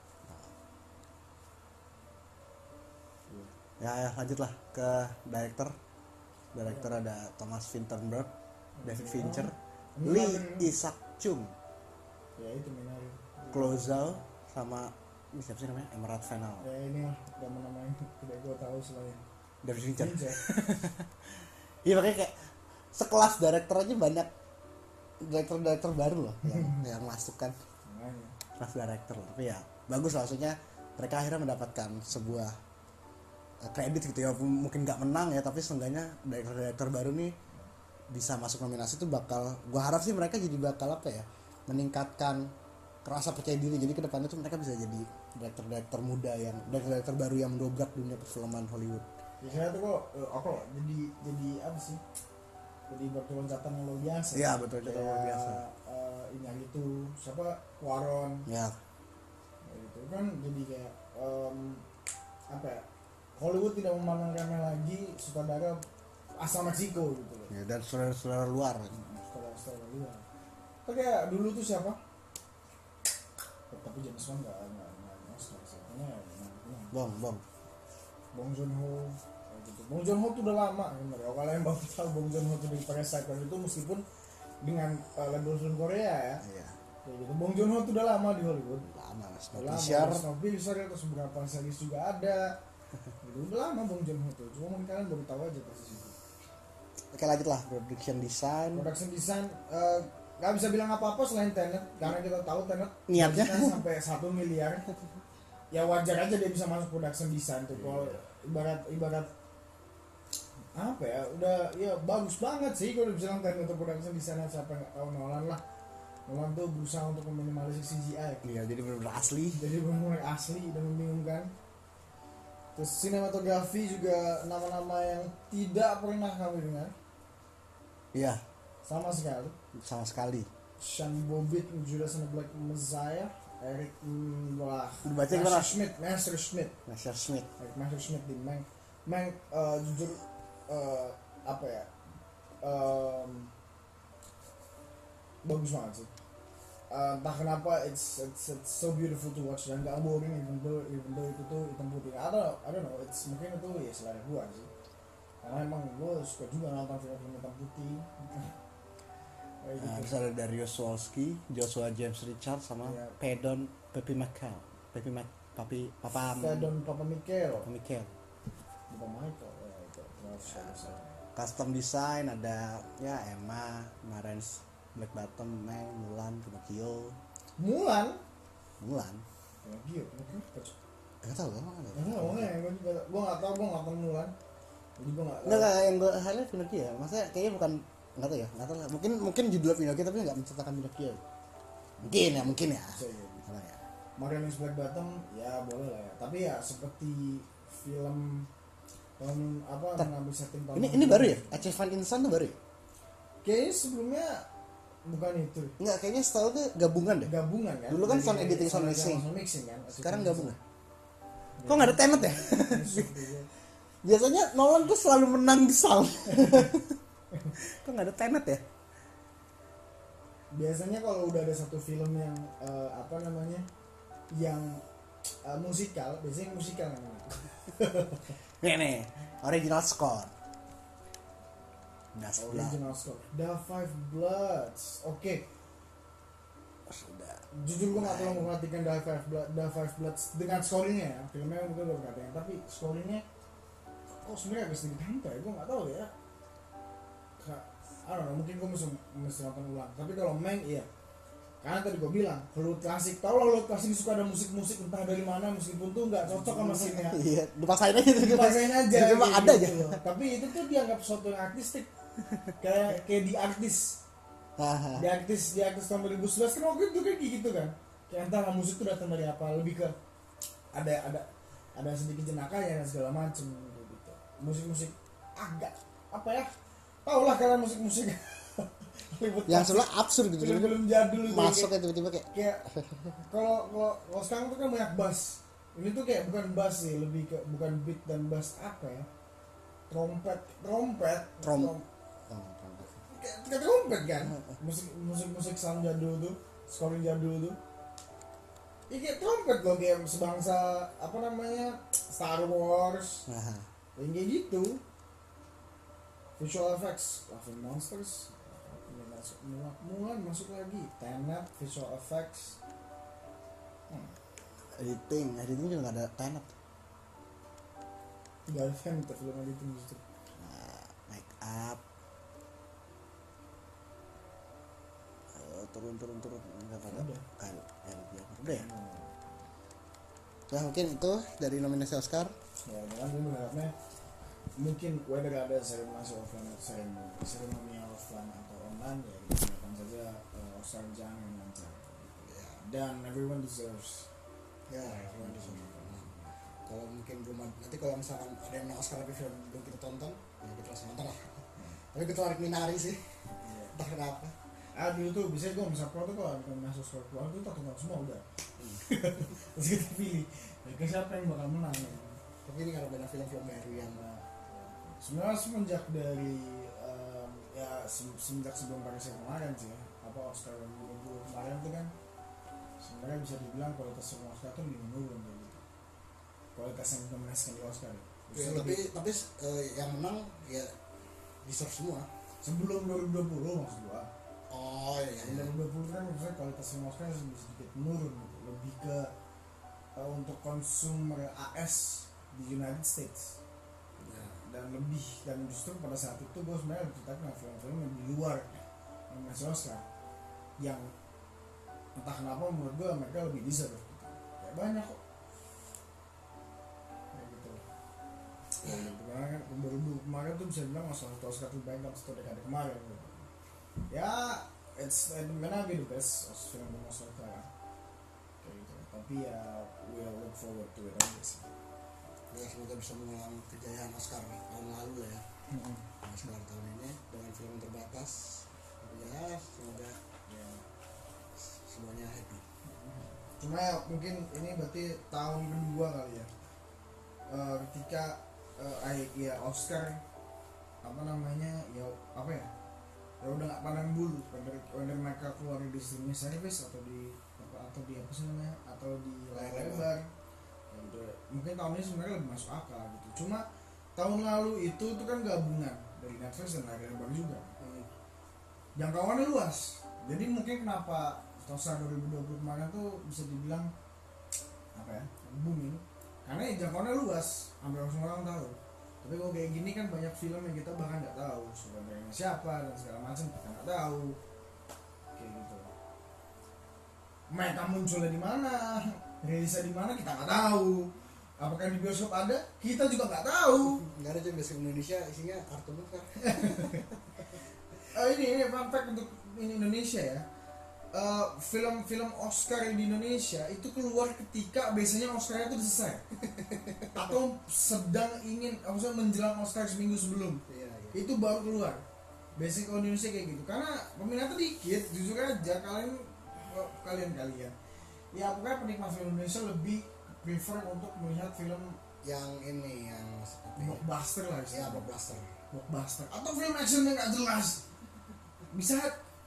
Ya, ya lanjutlah ke director. Director ada Thomas Vinterberg, David Fincher, Lee Isaac Chung, Ya itu Minari. Chloe Zhao, sama ini siapa sih namanya? Emerald Fennell. Ya ini lah nama-nama yang tidak gue tahu selain David Fincher. Fincher. Iya makanya kayak sekelas director aja banyak director-director baru loh yang, yang masuk kan Makanya. kelas director loh. Tapi ya bagus lah maksudnya mereka akhirnya mendapatkan sebuah uh, kredit gitu ya, mungkin nggak menang ya, tapi seenggaknya director-director baru nih bisa masuk nominasi tuh bakal, gua harap sih mereka jadi bakal apa ya, meningkatkan rasa percaya diri. Jadi kedepannya tuh mereka bisa jadi director-director muda yang director-director baru yang mendobrak dunia perfilman Hollywood. Biasanya tuh kok uh, apa jadi jadi apa sih? Jadi batu loncatan yang luar biasa. Iya betul, loncatan luar biasa. Uh, ini yang itu siapa Quaron. Ya. Itu kan jadi kayak um, apa ya? Hollywood tidak memandang remeh lagi sutradara asal Meksiko gitu loh. Ya, dan saudara-saudara luar. Sutradara-sutradara luar. Tapi kayak dulu tuh siapa? Tapi James Wan nggak nggak nggak Oscar siapanya ya. Bong bong. Bong Joon Ho gitu. Bong Joon Ho tuh udah lama sebenarnya. Kalau yang baru tahu Bong Joon Ho tuh dari Parasite itu meskipun dengan uh, label film Korea ya. Iya. Kayak gitu. Bong Joon Ho tuh udah lama di Hollywood. Lama, Snowpiercer. Snowpiercer terus beberapa series juga ada. Gitu. Udah lama Bong Joon Ho tuh. Cuma mungkin kalian baru tahu aja pas itu. Oke lanjut lah, production design. Production design uh, gak bisa bilang apa-apa selain Tenet karena kita tahu Tenet Niatnya sampai satu miliar. Ya wajar aja dia bisa masuk production design tuh. Kalau ibarat ibarat apa ya, udah ya bagus banget sih kalau dibilang Tenet untuk production design. Siapa nggak tahu Nolan lah. Nolan tuh berusaha untuk meminimalisir C G I. Iya, jadi benar-benar asli. Jadi benar-benar asli dan membingungkan. Terus sinematografi juga nama-nama yang tidak pernah kami dengar. Iya. Sama sekali. Sama sekali. Sean Bobbitt, Judas and the Black Messiah, Eric Wah, Dibaca Master gimana? Schmidt, Master Schmidt, Master Smith. Eric Master Schmidt di Mank. Mank uh, jujur uh, apa ya? Um, bagus banget sih. Uh, entah kenapa it's, it's it's so beautiful to watch dan gak boring even though even though itu tuh hitam putih. I don't, I don't know, it's mungkin itu ya selera gua sih. Karena emang gua suka juga nonton film-film hitam putih. Nah, terus ada Darius Wolski, Joshua James Richard sama ya. Pedon Pepi Michael, Pepi Mac, Papi Papa Fedon Papa Michael, Papa Michael. Papa Michael, ya itu terus saya. Custom design ada ya Emma, Marens, Black Bottom, Meng, Mulan, Pinocchio. Mulan, Mulan. Pinocchio, Enggak tahu kan? Enggak Enggak, tahu. enggak, gue juga, gue nggak tahu, gue nggak tahu Mulan. Jadi gue nggak. Enggak enggak yang gue highlight Pinocchio ya. Maksudnya kayaknya bukan enggak tahu ya, enggak tahu lah. Mungkin mungkin judul Pinocchio tapi enggak menceritakan Pinocchio. Mungkin ya, mungkin ya. Sama ya. Marion's Black Bottom, ya boleh lah ya. Tapi ya seperti film tahun apa Tar. mengambil setting tahun. Ini ini baru ya? Achievement Insan tuh baru ya? Kayaknya sebelumnya bukan itu. Enggak, kayaknya setahu tuh gabungan deh. Gabungan kan? Dulu kan Dari- sound editing, dari sound mixing. sound mixing kan. Sekarang gabungan. Ya. Kok enggak ada Tenet ya? Biasanya Nolan tuh selalu menang di sound. Kok enggak ada Tenet ya? Biasanya kalau udah ada satu film yang uh, apa namanya yang uh, musikal, biasanya musikal namanya. Nih nih, original score. Das Blood. Original score. The Five Bloods. Oke. Okay. Sudah. Jujur gue gak terlalu memperhatikan The Five Blood, The Five Bloods dengan scoringnya ya. Filmnya mungkin gue perhatikan, tapi scoringnya kok sebenarnya agak sedikit hampa ya. Gue gak tahu ya. Ka- I don't know, mungkin gue mesti, mesti nonton ulang. Tapi kalau Mank iya. Karena tadi gue bilang, Hollywood klasik. Tau lah Hollywood klasik suka ada musik-musik entah dari mana, meskipun tuh gak cocok sama scene-nya. Iya, dipaksain aja gitu. Dipaksain aja. Cuma kayak ada gitu aja. loh. Tapi itu tuh dianggap sesuatu yang artistik. kayak kayak di artis. Haha. Di artis di artis tahun dua ribu sebelas kan waktu itu kayak gitu kan. Kayak entah musik tuh datang dari apa, lebih ke ada ada ada sedikit jenakanya dan segala macem gitu. Musik-musik agak apa ya? Tau lah kalian musik-musik Yang sebelah absurd gitu. film-film jadul gitu, Masuk kayak- ya tiba-tiba kayak kayak kalau kalau kalau sekarang tuh kan banyak bass. Ini tuh kayak bukan bass sih, lebih ke bukan beat dan bass apa ya? Trompet, trompet, Trom- trom- kayak kayak trompet kan? Musik musik musik sound jadul tuh, scoring jadul tuh. Iya kayak trompet loh, kayak sebangsa apa namanya Star Wars, Nah, yang kayak gitu. Visual effects, Laughing Monsters, ini masuk Mulan, Mulan masuk lagi, Tenet, visual effects. Hmm. editing, editing juga nggak ada Tenet. Gak ada fan itu film editing justru. Nah, make up. Eh, turun turun turun nggak ada. Udah. Kayak kayak biasa. Udah ya. Ya mungkin itu dari nominasi Oscar. Ya dengan gue berharapnya mungkin whether ada seremoni offline atau seremoni seremoni offline atau online ya kita doakan saja uh, Oscar Jang yang lancar gitu. Ya. Dan everyone deserves Ya, everyone deserves. Kalau mungkin belum ada, nanti kalau misalkan ada yang menang Oscar tapi film belum kita tonton, ya kita langsung nonton lah. Tapi kita tarik Minari sih, yeah. entah kenapa. Ah dulu tuh bisa gue misal keluar tuh kalau kita masuk Oscar keluar tuh tak tonton semua udah. Terus kita pilih, ya, siapa yang bakal menang? Ya. Tapi ini karena banyak film-film baru yang sebenarnya semenjak dari um, ya semenjak sebelum Paris kemarin sih, apa Oscar dua ribu dua puluh kemarin tuh kan sebenarnya bisa dibilang kualitas semua Oscar tuh lebih menurun gitu. Kualitas yang dinominasikan di Oscar ya, tapi tapi uh, yang menang ya deserve semua sebelum dua ribu dua puluh maksud gua. Oh iya, iya. dua ribu dua puluh kan maksudnya kualitas semua Oscar sedikit menurun gitu. Lebih ke uh, untuk konsumer A S di United States Ya. dan lebih dan justru pada saat itu gue sebenarnya tertarik dengan film-film yang di luar nominasi Oscar yang entah kenapa menurut gue mereka lebih deserve gitu. Ya banyak kok kayak gitu. Ya, gitu. Karena kan dua ribu kemarin tuh bisa dibilang salah satu Oscar terbaik dalam satu dekade kemarin gitu. Ya it's it may not be the best film Oscar sekarang kayak gitu. Tapi ya we'll look forward to it aja sih. Ya semoga bisa mengulang kejayaan Oscar tahun lalu lah ya. Mm-hmm. Oscar tahun ini dengan film terbatas. Ya semoga Ya. semuanya happy. Cuma ya, mungkin ini berarti tahun kedua kali ya uh, ketika uh, ya Oscar apa namanya ya apa ya ya udah nggak pandang bulu whether, whether mereka keluar di streaming service atau di apa atau di apa sih namanya atau di layar lebar ya gitu. Mungkin tahun ini sebenarnya lebih masuk akal gitu. Cuma tahun lalu itu itu kan gabungan dari Netflix dan layar lebar juga. Hmm. Jangkauannya luas. Jadi mungkin kenapa Oscar dua ribu dua puluh kemarin tuh bisa dibilang apa ya booming karena ya jangkauannya luas, hampir semua orang tahu. Tapi kalau kayak gini kan banyak film yang kita bahkan nggak tahu sutradaranya siapa dan segala macam kita nggak tahu kayak gitu. Mereka munculnya di mana, rilisnya di mana kita nggak tahu. Apakah di bioskop ada? Kita juga nggak tahu. Nggak ada, cuma bioskop Indonesia isinya kartun kan. Oh, ini ini fun fact untuk ini Indonesia ya. Uh, film-film Oscar di Indonesia itu keluar ketika biasanya Oscar itu selesai atau sedang ingin maksudnya menjelang Oscar seminggu sebelum Iya, iya. itu baru keluar. Biasanya kalau di Indonesia kayak gitu karena peminatnya dikit, jujur aja kalian kalian kalian ya pokoknya penikmat film Indonesia lebih prefer untuk melihat film Yang ini yang seperti blockbuster lah ya istilahnya. blockbuster. blockbuster atau film action yang nggak jelas. Bisa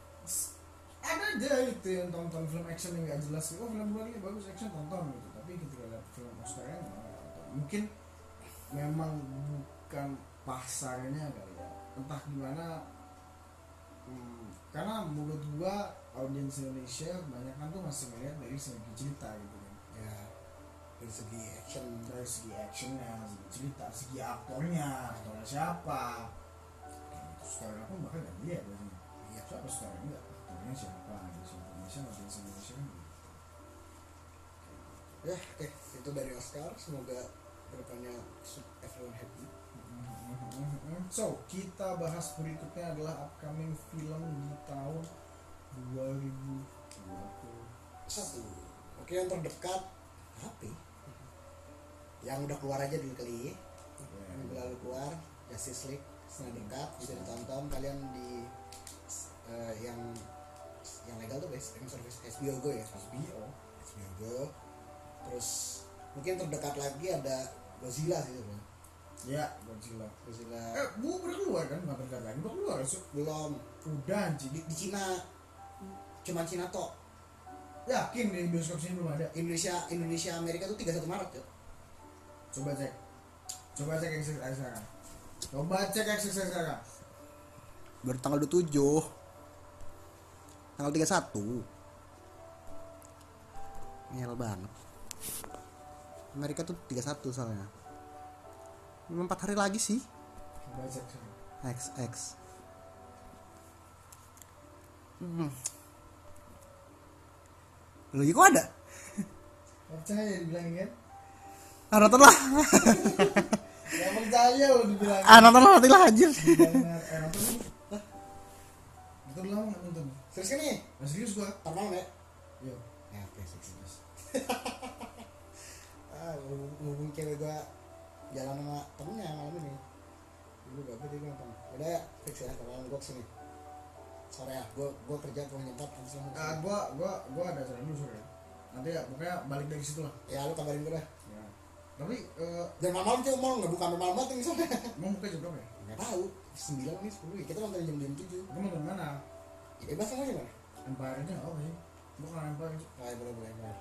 ada aja gitu yang tonton film action yang nggak jelas, oh film luar ini bagus action tonton gitu, tapi ketika lihat film Oscar ya mungkin memang bukan pasarnya kali ya, entah gimana. Hmm, karena menurut gua audiens Indonesia kebanyakan tuh masih melihat dari segi cerita gitu kan Ya dari segi action, dari segi actionnya, segi cerita, segi aktornya, aktornya siapa. Sekarang aku bahkan nggak lihat biasanya. Iya. Siapa sekarang enggak? Aktornya siapa? Gitu. Indonesia audiens Indonesia kan. Ya oke, itu dari Oscar, semoga kedepannya everyone happy. So kita bahas berikutnya adalah upcoming film di tahun dua ribu dua puluh Satu, oke yang terdekat apa ya? Yang udah keluar aja dulu kali, minggu lalu keluar Justice League, setengah dekat bisa ditonton kalian di uh, yang yang legal tuh guys, streaming service H B O Go ya, H B O H B O Go. Terus mungkin terdekat lagi ada Godzilla sih itu. ya Godzilla. Godzilla Eh, bu udah keluar kan? Nggak terdekat lagi, udah keluar so. belum Udah anjing. di, di Cina, cuman Cina toh. Yakin di bioskop sini belum ada. Indonesia Indonesia Amerika tuh tiga puluh satu Maret ya. Coba cek. Coba cek akses sekarang. Coba cek akses sekarang. Baru tanggal dua puluh tujuh. Tanggal tiga puluh satu. Ngel banget. Amerika tuh tiga puluh satu soalnya. empat hari lagi sih. Coba cek sekarang. X X. Hmm. Lagi kok ada? Percaya dibilangin kan? Ah, nonton lah. Gak percaya lo dibilang. Ah, nonton lah nanti lah anjir. Dibilang, eh nonton nih. Hah? Nonton lama nggak nonton? Serius kan nih? Nah, serius gua. Ntar malam ya? Yo. Ya oke serius. Ah, ngomong cewek gua jalan sama temennya malam ini. Dulu gak apa dia nonton. Udah ya, fix ya kemarin gua kesini. Sore ya, gua gua kerja gua nyempat habis itu. Ah, gua gua gua ada acara dulu sore. Nanti ya pokoknya balik dari situ lah. Ya lu kabarin gua dah. Ya. Tapi eh Jangan malam cuy, mau nggak buka sampai malam banget misalnya. mau buka jam berapa ya? Nggak tahu. Sembilan nih sepuluh ya kita nonton jam jam tujuh. Gua mau mana? Ya bebas sama aja mana? Empire aja nggak apa sih? Bukan Empire. Ah ya, boleh boleh boleh.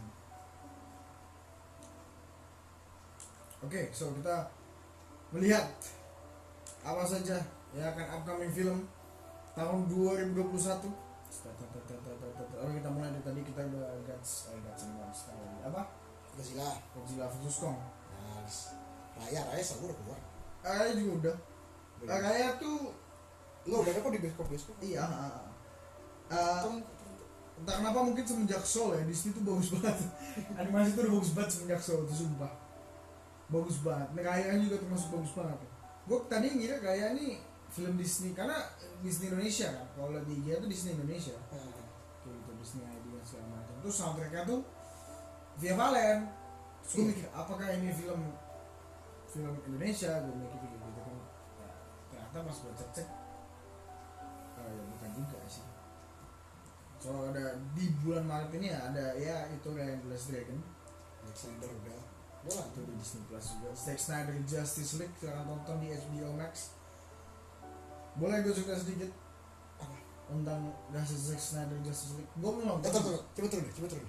Oke, so kita melihat apa saja yang akan upcoming film tahun dua ribu dua puluh satu. Oke, kita mulai dari tadi kita udah Gods, eh Gods and Gods apa? Godzilla. Godzilla versus Kong. Nah, Raya Raya sama udah keluar. Ah, juga udah. Ah, kayak tuh Lo udah ada kok di bioskop bioskop. iya. ah, ah. Ah, entah kenapa mungkin semenjak Soul ya Disney tuh bagus banget. Animasi tuh udah bagus banget semenjak Soul itu sumpah. Bagus banget. Kayaknya juga termasuk bagus banget. Gue tadi ngira kayak ini film Disney karena Disney Indonesia kan. Kalau di I G tuh Disney Indonesia. Kayak gitu Disney I D dan segala macam. Terus soundtracknya tuh Via Valen. Terus gue mikir apakah ini film film Indonesia? Gue mikir gitu kan. Ya, ternyata pas gue cek cek, oh, ya bukan juga sih. So ada di bulan Maret ini ya ada ya itu kayak Last Dragon. Zack Snyder udah. Udah Itu di Disney Plus juga. Zack Snyder Justice League silahkan tonton di H B O Max. Boleh gue cerita sedikit apa? tentang Zack Snyder Justice League. Gue belum Eh, nonton. turun, coba turun deh, coba turun deh.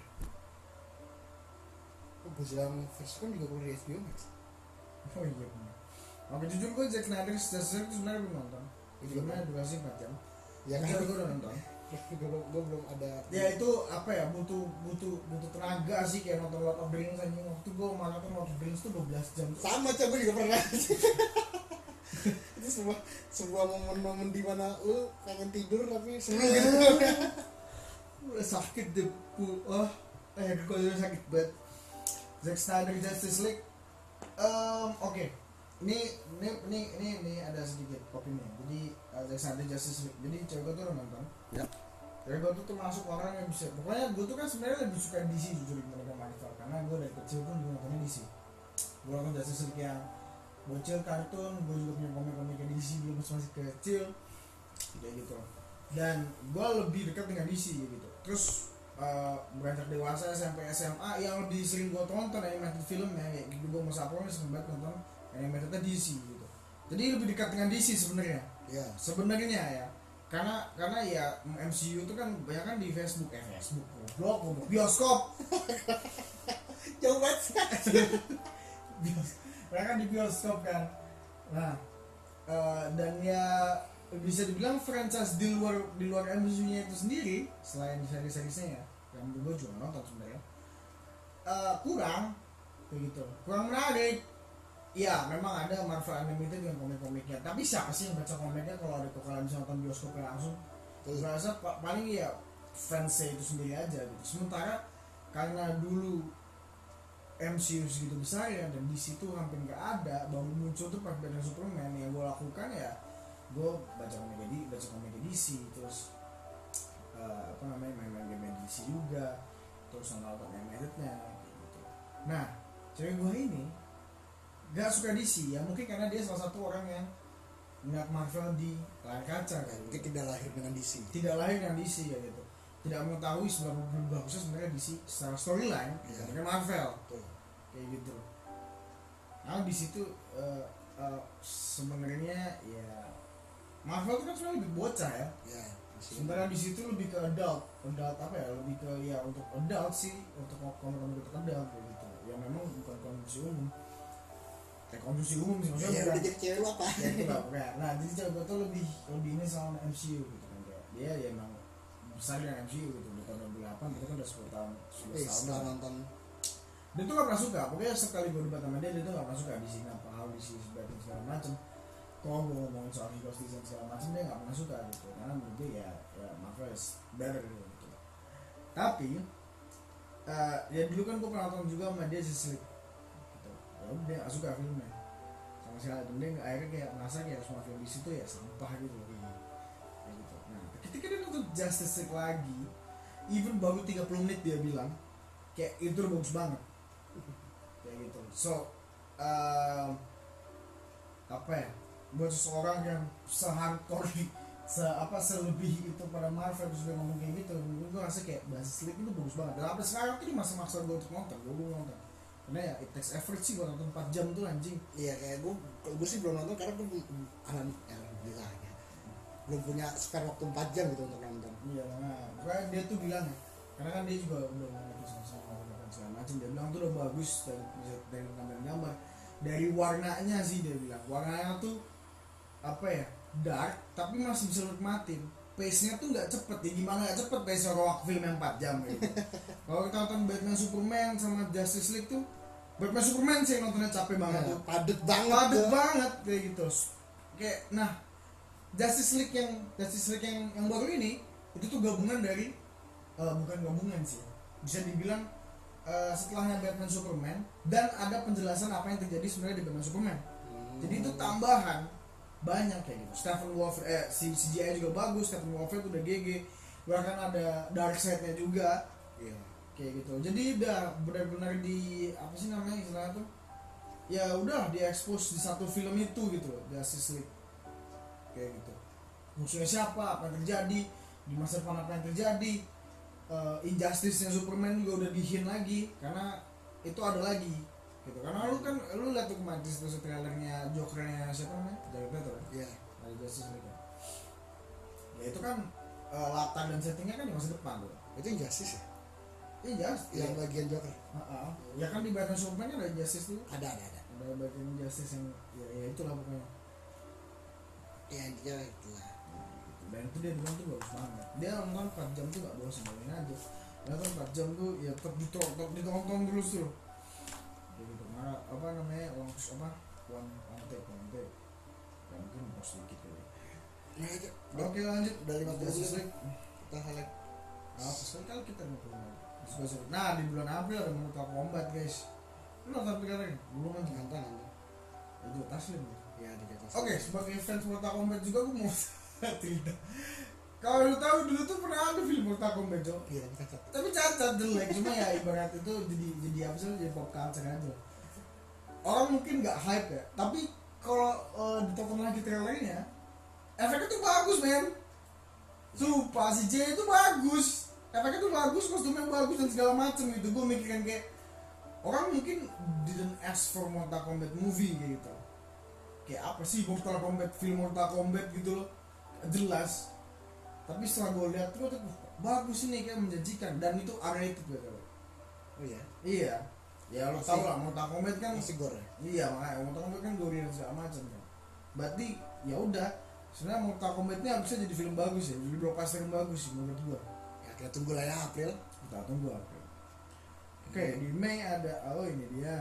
Oh, Godzilla versus Kong juga keluar di H B O Max. Oh iya benar. Oke jujur gue Zack Snyder Justice League itu sebenarnya belum nonton. Filmnya durasi empat jam. Ya Tapi kan? gue udah nonton. gue belum gue belum ada. Ya itu apa ya butuh butuh butuh tenaga sih kayak nonton Lord of the Rings aja. Waktu gue maraton Lord of the Rings tuh dua belas jam. Sama coba gue juga pernah. Itu sebuah sebuah momen-momen di mana lu pengen tidur tapi seru gitu. Udah sakit deh. Wah, eh gue udah sakit banget. Zack Snyder Justice League. Um, Oke, okay. ini, ini ini ini ini ada sedikit opini. Jadi uh, Zack Snyder Justice League. Jadi cewek gue tuh udah nonton. Ya. Cewek gue tuh termasuk orang yang bisa. Pokoknya gue tuh kan sebenarnya lebih suka D C jujur dibandingkan Marvel karena gue dari kecil pun gue nontonnya D C. Gue nonton Justice League yang bocil kartun, gue juga punya komik-komik D C dulu masih masih kecil, kayak gitu. Dan gue lebih dekat dengan D C gitu. Terus Uh, beranjak dewasa sampai S M A yang lebih sering gue tonton animated film ya kayak gitu gue masa apa sering banget nonton animated D C gitu jadi lebih dekat dengan D C sebenarnya Ya. sebenarnya ya karena karena ya M C U itu kan banyak kan di Facebook eh Facebook blog bioskop Jauh banget. mereka kan di bioskop kan nah uh, dan ya bisa dibilang franchise di luar di luar M C U-nya itu sendiri selain seri-serisnya ya yang gue juga nonton sebenarnya uh, kurang kayak gitu kurang menarik ya memang ada Marvel Animated dengan komik-komiknya tapi siapa sih yang baca komiknya kalau ada kalian bisa nonton bioskopnya langsung gue rasa paling ya fansnya itu sendiri aja gitu sementara karena dulu M C U segitu besar ya dan di situ hampir nggak ada baru muncul tuh pas Batman Superman yang gue lakukan ya gue baca komik di baca komik D C terus uh, apa namanya main-main game D C juga terus nonton animatednya gitu. Nah cewek gue ini gak suka D C ya mungkin karena dia salah satu orang yang ngeliat Marvel di layar kaca kan Mungkin tidak lahir dengan D C. tidak lahir dengan D C ya gitu tidak mengetahui seberapa bagusnya sebenarnya D C secara storyline Ya. dengan Marvel Tuh. kayak gitu. Nah di situ uh, uh, sebenarnya ya Marvel itu kan sebenarnya lebih bocah ya. Ya. Sebenarnya di situ lebih ke adult, adult apa ya? Lebih ke ya untuk adult sih, untuk komik-komik untuk adult kayak gitu. Yang memang bukan konsumsi umum. Kayak konsumsi umum sih maksudnya. Ya bukan- udah jadi cewek lu apa? Ya itu lah pokoknya. Nah jadi cewek gue tuh lebih lebih ini sama M C U gitu kan kayak dia ya emang besar dengan M C U gitu. Di tahun dua ribu delapan kita kan udah sepuluh tahun, sebelas Eh, tahun. setelah lah. nonton Dia tuh gak pernah suka, pokoknya sekali gue debat sama dia, dia tuh gak pernah suka di sini apa hal di sini sebagai segala macem. Kalau gue ngomongin soal heroes design segala macem dia gak pernah suka gitu, karena menurut dia ya, ya Marvel is better gitu. Tapi uh, ya dulu kan gue pernah nonton juga sama dia Justice League gitu. ya udah dia nggak suka filmnya sama sekali, dan dia akhirnya kayak merasa kayak semua film di situ ya sampah gitu loh kayak gitu. Nah ketika dia nonton Justice League lagi, even baru tiga puluh menit dia bilang kayak itu udah bagus banget kayak gitu. So uh, apa ya, buat seseorang yang se-hardcore se apa selebih itu pada Marvel terus dia ngomong kayak gitu, gue ngerasa kayak Justice League itu bagus banget. Dan sampai sekarang tuh dia masih maksa gue untuk nonton, gue belum nonton karena ya it takes effort sih buat nonton empat jam tuh anjing. Iya kayak gue, gue sih belum nonton karena gue belum, alham, ya, alhamdulillah ya, belum punya spare waktu empat jam gitu untuk nonton. Iya, nah kayak dia tuh bilang ya, karena kan dia juga udah ngerti sama sama segala macam, dia bilang tuh udah bagus dari dari gambar-gambar, dari warnanya sih dia bilang warnanya tuh apa ya, dark tapi masih bisa nikmatin. Pace-nya tuh nggak cepet ya, gimana nggak cepet pace rock film yang empat jam gitu. Kalau kita nonton Batman Superman sama Justice League tuh, Batman Superman sih nontonnya capek banget Ya, tuh, padet banget padet tuh. banget kayak gitu. Kayak nah Justice League yang Justice League yang yang baru ini itu tuh gabungan dari uh, bukan gabungan sih, bisa dibilang uh, setelahnya Batman Superman dan ada penjelasan apa yang terjadi sebenarnya di Batman Superman. Hmm. Jadi itu tambahan banyak kayak gitu. Stephen Wolf eh si C G I juga bagus, Stephen Wolf itu udah G G, bahkan ada Darkseid-nya juga. Iya. Kayak gitu. Jadi udah benar-benar di apa sih namanya istilahnya tuh? Ya udah diekspos di satu film itu gitu loh, Justice League. Kayak gitu. Musuhnya siapa, apa yang terjadi, di masa depan apa yang terjadi. Uh, Injustice-nya Superman juga udah dihin lagi karena itu ada lagi gitu. Karena lu kan lu lihat tuh kemarin di situ trailernya Joker-nya siapa namanya? Jared Leto kan? Iya. Ada Justice League kan? Ya itu kan uh, latar dan settingnya kan di masa depan tuh. Itu Injustice ya? Iya, Yang ya. bagian Joker. Uh-uh. Ya kan di Batman Superman kan ada Justice tuh. Ada ada ada. Ada bagian Justice yang ya, ya itulah pokoknya. Ya dia itulah. Dan itu dia bilang tuh bagus banget. Dia nonton empat jam tuh gak bosan, bayangin aja. Dia nonton empat jam tuh ya tetap ditonton, ditonton terus tuh. Kayak gitu. Karena apa namanya? Long apa? One one take, one take. Ya mungkin mau sedikit kali. Nah itu. Oke lanjut. Udah lima puluh Justice menit. League. Kita highlight. Apa sekali kali kita ngobrol. Nah di bulan April ada Mortal Kombat guys. Lu nonton sekarang? Belum nonton. Nonton nonton. Itu taslim. Ya di atas. Oke, sebagai fans Mortal Kombat juga gue mau cerita. Kalau lu tahu dulu tuh pernah ada film Mortal Kombat, Jo. Iya tapi cacat. Tapi cacat jelek, cuma ya ibarat itu jadi jadi apa sih? Jadi pop culture aja. Orang mungkin nggak hype ya, tapi kalau uh, ditonton lagi trailernya, efeknya tuh bagus, men. Sumpah si J itu bagus. Efeknya tuh bagus, kostumnya bagus dan segala macem gitu. Gue mikirin kayak orang mungkin didn't ask for Mortal Kombat movie gitu. Kayak apa sih Mortal Kombat, film Mortal Kombat gitu loh, jelas. Tapi setelah gue lihat tuh, tuh bagus ini kayak menjanjikan dan itu R-rated gitu loh. Oh iya. Iya, ya lo tau lah Mortal Kombat kan. Masih gore. Iya makanya Mortal Kombat kan gore dan segala macam kan. Berarti ya udah, sebenarnya Mortal Kombat ini harusnya jadi film bagus ya, jadi blockbuster yang bagus sih menurut gue. Ya kita tunggu lah ya April. Kita tunggu April. Oke, di Mei ada, oh ini dia.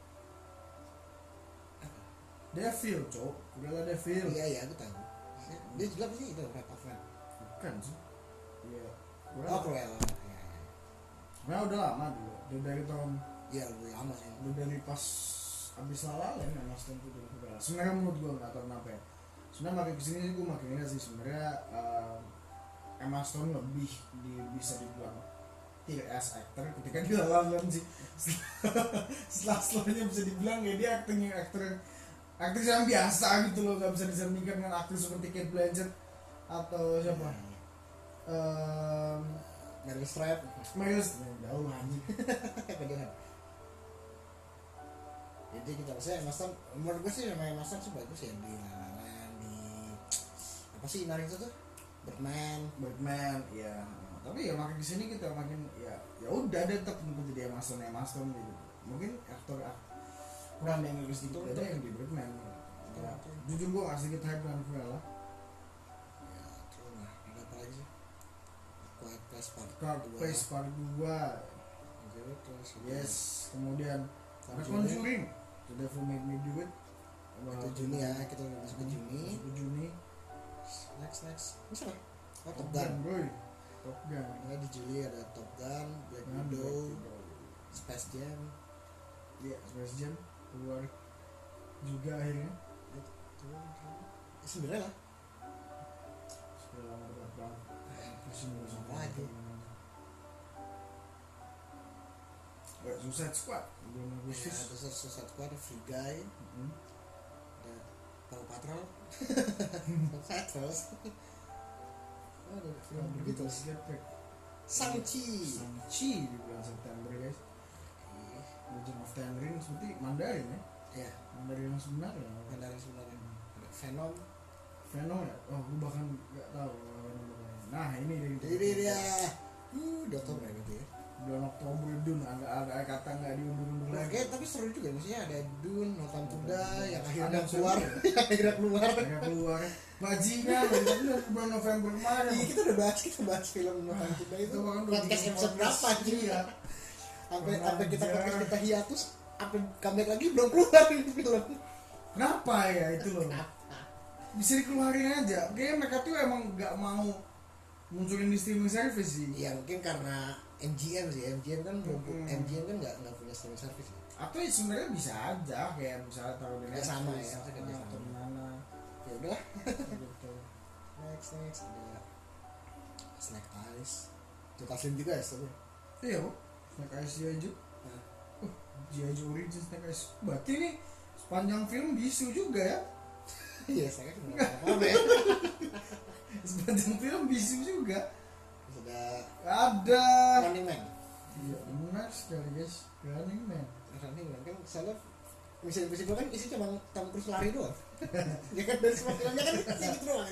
Devil, cok. Udahlah Devil. Iya iya aku tahu. Dia juga apa sih itu Red of Red. Bukan sih. Iya. Oh Cruella. Iya. Nah udah lama dulu. Udah dari tahun, Iya lebih lama sih. udah dari pas abis lalalen ya Mas Tentu dulu Cruella. Sebenarnya menurut gue nggak tahu kenapa ya. Sebenarnya makin kesini sih gue makin ingat sih sebenarnya uh, Emma Stone lebih di, bisa dibilang tier S actor ketika di lalalen sih. Setelah setelahnya bisa dibilang ya dia acting yang actor aktris yang biasa gitu loh, gak bisa disandingkan dengan aktris seperti Kate Blanchett atau siapa? Um, Meryl Streep. Meryl Streep, jauh anjing. Kedengar. Jadi kita rasa Emma Stone, menurut gue sih memang Emma Stone sih bagus ya di La La Land, di apa sih Naruto tuh? Batman. Batman, ya. Tapi ya makin kesini kita makin ya ya udah deh tetap untuk jadi Emma Stone, Emma Stone gitu. Mungkin aktor kurang yang Inggris itu ada yang di Batman. Ya, jujur gue gak sedikit hype dengan Cruella. Ya terus lah. Ada apa lagi sih? Quiet Place Part Card dua. Place Part dua. Jadi terus. Yes, kemudian ada Conjuring. Conjuring. The Devil Made Me Do It. Itu Juni ya, kita udah masuk ke Juni. Masuk ke Juni. Next next. Bisa lah. Oh, Top Top Gun. Gun, boy. Top Gun. Nah, di Juli ada Top Gun, Black Gun, Widow, Black Widow. Space Jam. Iya, Space Jam. keluar juga akhirnya Sebenarnya lah. sudah lama berapa pusing gue sama Apa aja? Gak Suicide Squad bulan Ya, Agustus. ada Suicide Squad, Free Guy, Mm-hmm. ada Paw Patrol, Patrol. Ada film begitu. Shang-Chi. Shang-Chi di bulan September guys. Legend of Ten Rings berarti Mandarin ya. Ya, Mandarin yang sebenarnya. Mandarin sebenarnya. Ada Venom. Venom ya? Oh, gue bahkan gak tahu Venom bagaimana. Nah, ini dari Jadi dia, uh, udah Oktober ya gitu ya. bulan Oktober Dune agak agak kata nggak diundur-undur Nah, lagi. kayak, tapi seru juga maksudnya ada Dune, Notam Kuda yang akhirnya Ada keluar, seru. yang akhirnya keluar. Agak keluar. Bajingan, itu dari bulan November kemarin. Iya, kita udah bahas, kita bahas film Notam Kuda itu. Itu bahkan udah Podcast bikin episode berapa podcast. anjing? Iya. Sampai Mana sampai kita aja. podcast kita hiatus, sampai comeback lagi belum keluar ini film. Kenapa ya itu loh? Bisa dikeluarin aja. Kayaknya mereka tuh emang nggak mau munculin di streaming service sih. Ya mungkin karena M G M sih, M G M kan belum, Hmm. M G M kan nggak nggak punya streaming service ya. Atau ya sebenarnya bisa aja kayak misalnya taruh di Kerja sama Netflix, ya, atau kerja sama. mana Ya udahlah. gitu. Next next ada Snake Eyes. Itu Taslim juga ya sebenarnya. Iya, kok. Snake Eyes G I. Joe. Nah. Uh, G I. Joe Origins Snake Eyes. Berarti nih sepanjang film bisu juga ya. Iya, saya kan nggak apa-apa ya. Sepanjang film bisu juga. Terus ada Ada. Running Man. Iya, benar sekali guys. Running Man. Running Man kan saya bisa bisa kan isi cuma Tom Cruise lari doang. Ya kan dari semua filmnya kan isi gitu doang.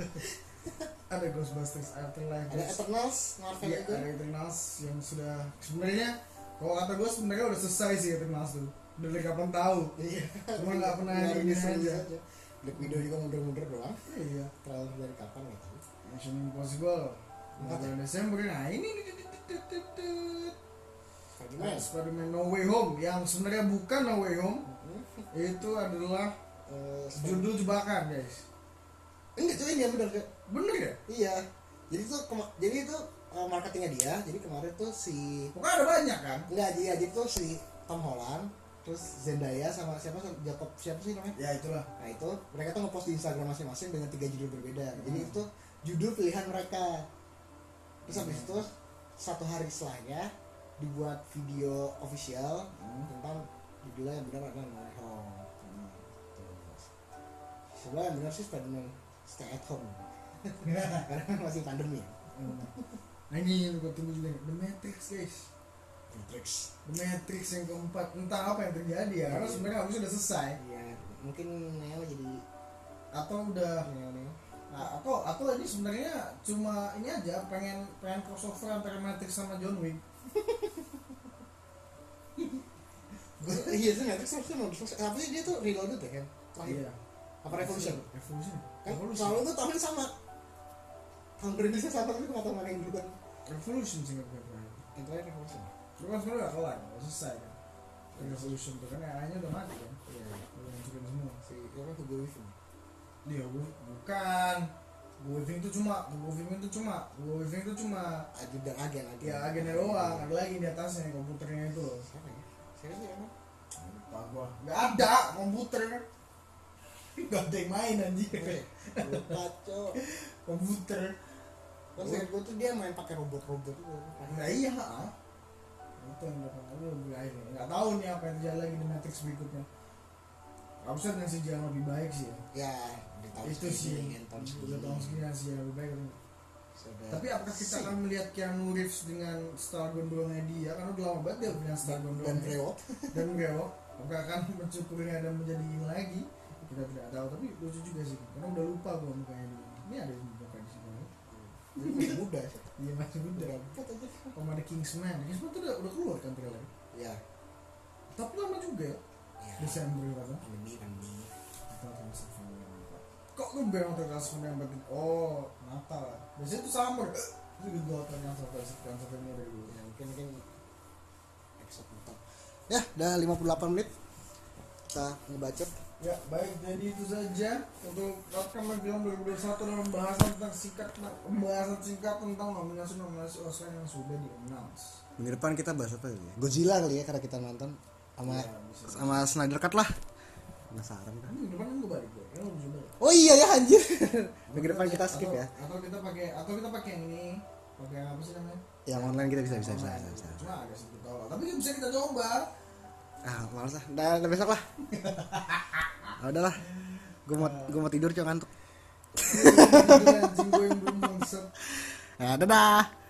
Ada Ghostbusters Afterlife. Ada guys. Eternals, Marvel Iya, itu. ada Eternals yang sudah sebenarnya kalau kata gue sebenarnya udah selesai sih Eternals tuh. Udah dari kapan tahu. Iya. Cuma nggak pernah Nggak ini rilis- rilis aja. Black Widow juga mundur-mundur doang. Iya. Trailer dari kapan nggak tahu. Mission Impossible. Empat Bulan Desember. Nah ini nih. Spider-Man. Spider-Man No Way Home yang sebenarnya bukan No Way Home. Hmm. Itu adalah Eh, Spider- judul jebakan guys. Enggak cuy, ini yang benar Cuk. Bener ya? Iya. Jadi tuh kema- jadi itu eh, marketingnya dia. Jadi kemarin tuh si Pokoknya ada banyak kan? enggak dia jadi tuh si Tom Holland, terus Zendaya sama siapa Jacob siapa sih namanya? Ya itulah. Nah itu mereka tuh ngepost di Instagram masing-masing dengan tiga judul berbeda. Jadi itu judul pilihan mereka. Terus habis itu satu hari setelahnya dibuat video official Hmm. tentang judulnya yang benar adalah No Way Home. Hmm, terus. Sebelah yang benar sih Spider-Man Stay at Home. Karena masih pandemi. Hmm. Nah ini yang gue tunggu juga nih. The Matrix guys. Matrix. The Matrix yang keempat. Entah apa yang terjadi ya. Karena sebenarnya harusnya udah selesai. Iya, mungkin Neo jadi Atau udah Neo Neo. Nah, atau atau ini sebenarnya cuma ini aja pengen pengen crossover antara Matrix sama John Wick. Iya sih Matrix harusnya mau selesai. Apa sih dia tuh reloaded ya kan? Terakhir. Iya. Apa Revolution? Revolution. Kan Revolution. selalu tuh tahun sama. Tahun rilisnya sama tapi nggak tahu mana yang duluan. Revolution sih nggak terakhir. Yang terakhir Revolution. Itu kan sebenarnya udah kelar, udah selesai kan. Revolution tuh kan eranya udah mati kan. Iya. Udah hancurin semua. Si apa Hugo Weaving. Dia bu- bukan. Hugo Weaving itu cuma, Hugo Weaving itu cuma, Hugo Weaving itu cuma Ajudan agen agen. ya agennya doang, ada lagi di atasnya komputernya itu loh. Siapa ya? Siapa sih emang? Lupa gua. Nggak ada komputer. Nggak ada yang main anjing. Oke. Lupa cok. Komputer. Terus saya gue tuh dia main pakai robot-robot itu. Nah iya, ah. Itu yang bakal lu berakhir. Nggak tahu nih apa yang terjadi lagi di Matrix berikutnya. Harusnya dengan C G I yang lebih baik sih ya. Ya, di tahun Itu sih segini, kan, tahun segini. udah tahun segini C G I yang lebih baik. Sudah. Tapi apakah kita sih. akan melihat Keanu Reeves dengan style gondrongnya dia? Karena udah lama banget dia punya style dan gondrongnya. brewok. Dan brewok. Apakah akan mencukurinya dan menjadi ini lagi? Kita tidak tahu. Tapi lucu juga sih. Karena udah lupa gua mukanya dia. Ini ada muka di sini. Masih muda sih. Iya masih muda. Berapa aja? Sama ada Kingsman. Kingsman tuh udah, udah keluar kan trailer. Ya. Tapi lama juga ya. Ya. Desember kan. Pandemi pandemi. Natal Transylvania yang empat. Kok lu bilang Natal Transylvania yang empat? Oh, Natal. Biasanya itu summer. Itu gitu Natal Transylvania dari dulu. Ya mungkin mungkin episode Natal. Ya, udah lima puluh delapan menit. Kita ngebacot. Ya, baik. Jadi itu saja untuk rekaman film dua ribu dua puluh satu dan pembahasan tentang singkat pembahasan singkat tentang nominasi-nominasi Oscar yang sudah di-announce. Minggu depan kita bahas apa ya? Godzilla kali ya karena kita nonton. sama Ya, bisa. sama Snyder Cut lah. Penasaran kan? Minggu depan kan gue balik gue, kan harus balik. oh iya ya anjir minggu depan kita skip Atau- ya Atau kita pakai, atau kita pakai yang ini, pakai apa sih namanya? Yang online kita bisa bisa bisa Online. bisa, bisa. Cuma agak sedikit tolol, tapi bisa kita coba. Ah, males ah. Udah, udah besok lah. Ah, udahlah. Gue mau gue mau tidur, cuma ngantuk. Anjing gue yang belum bangsat. Ya, dadah.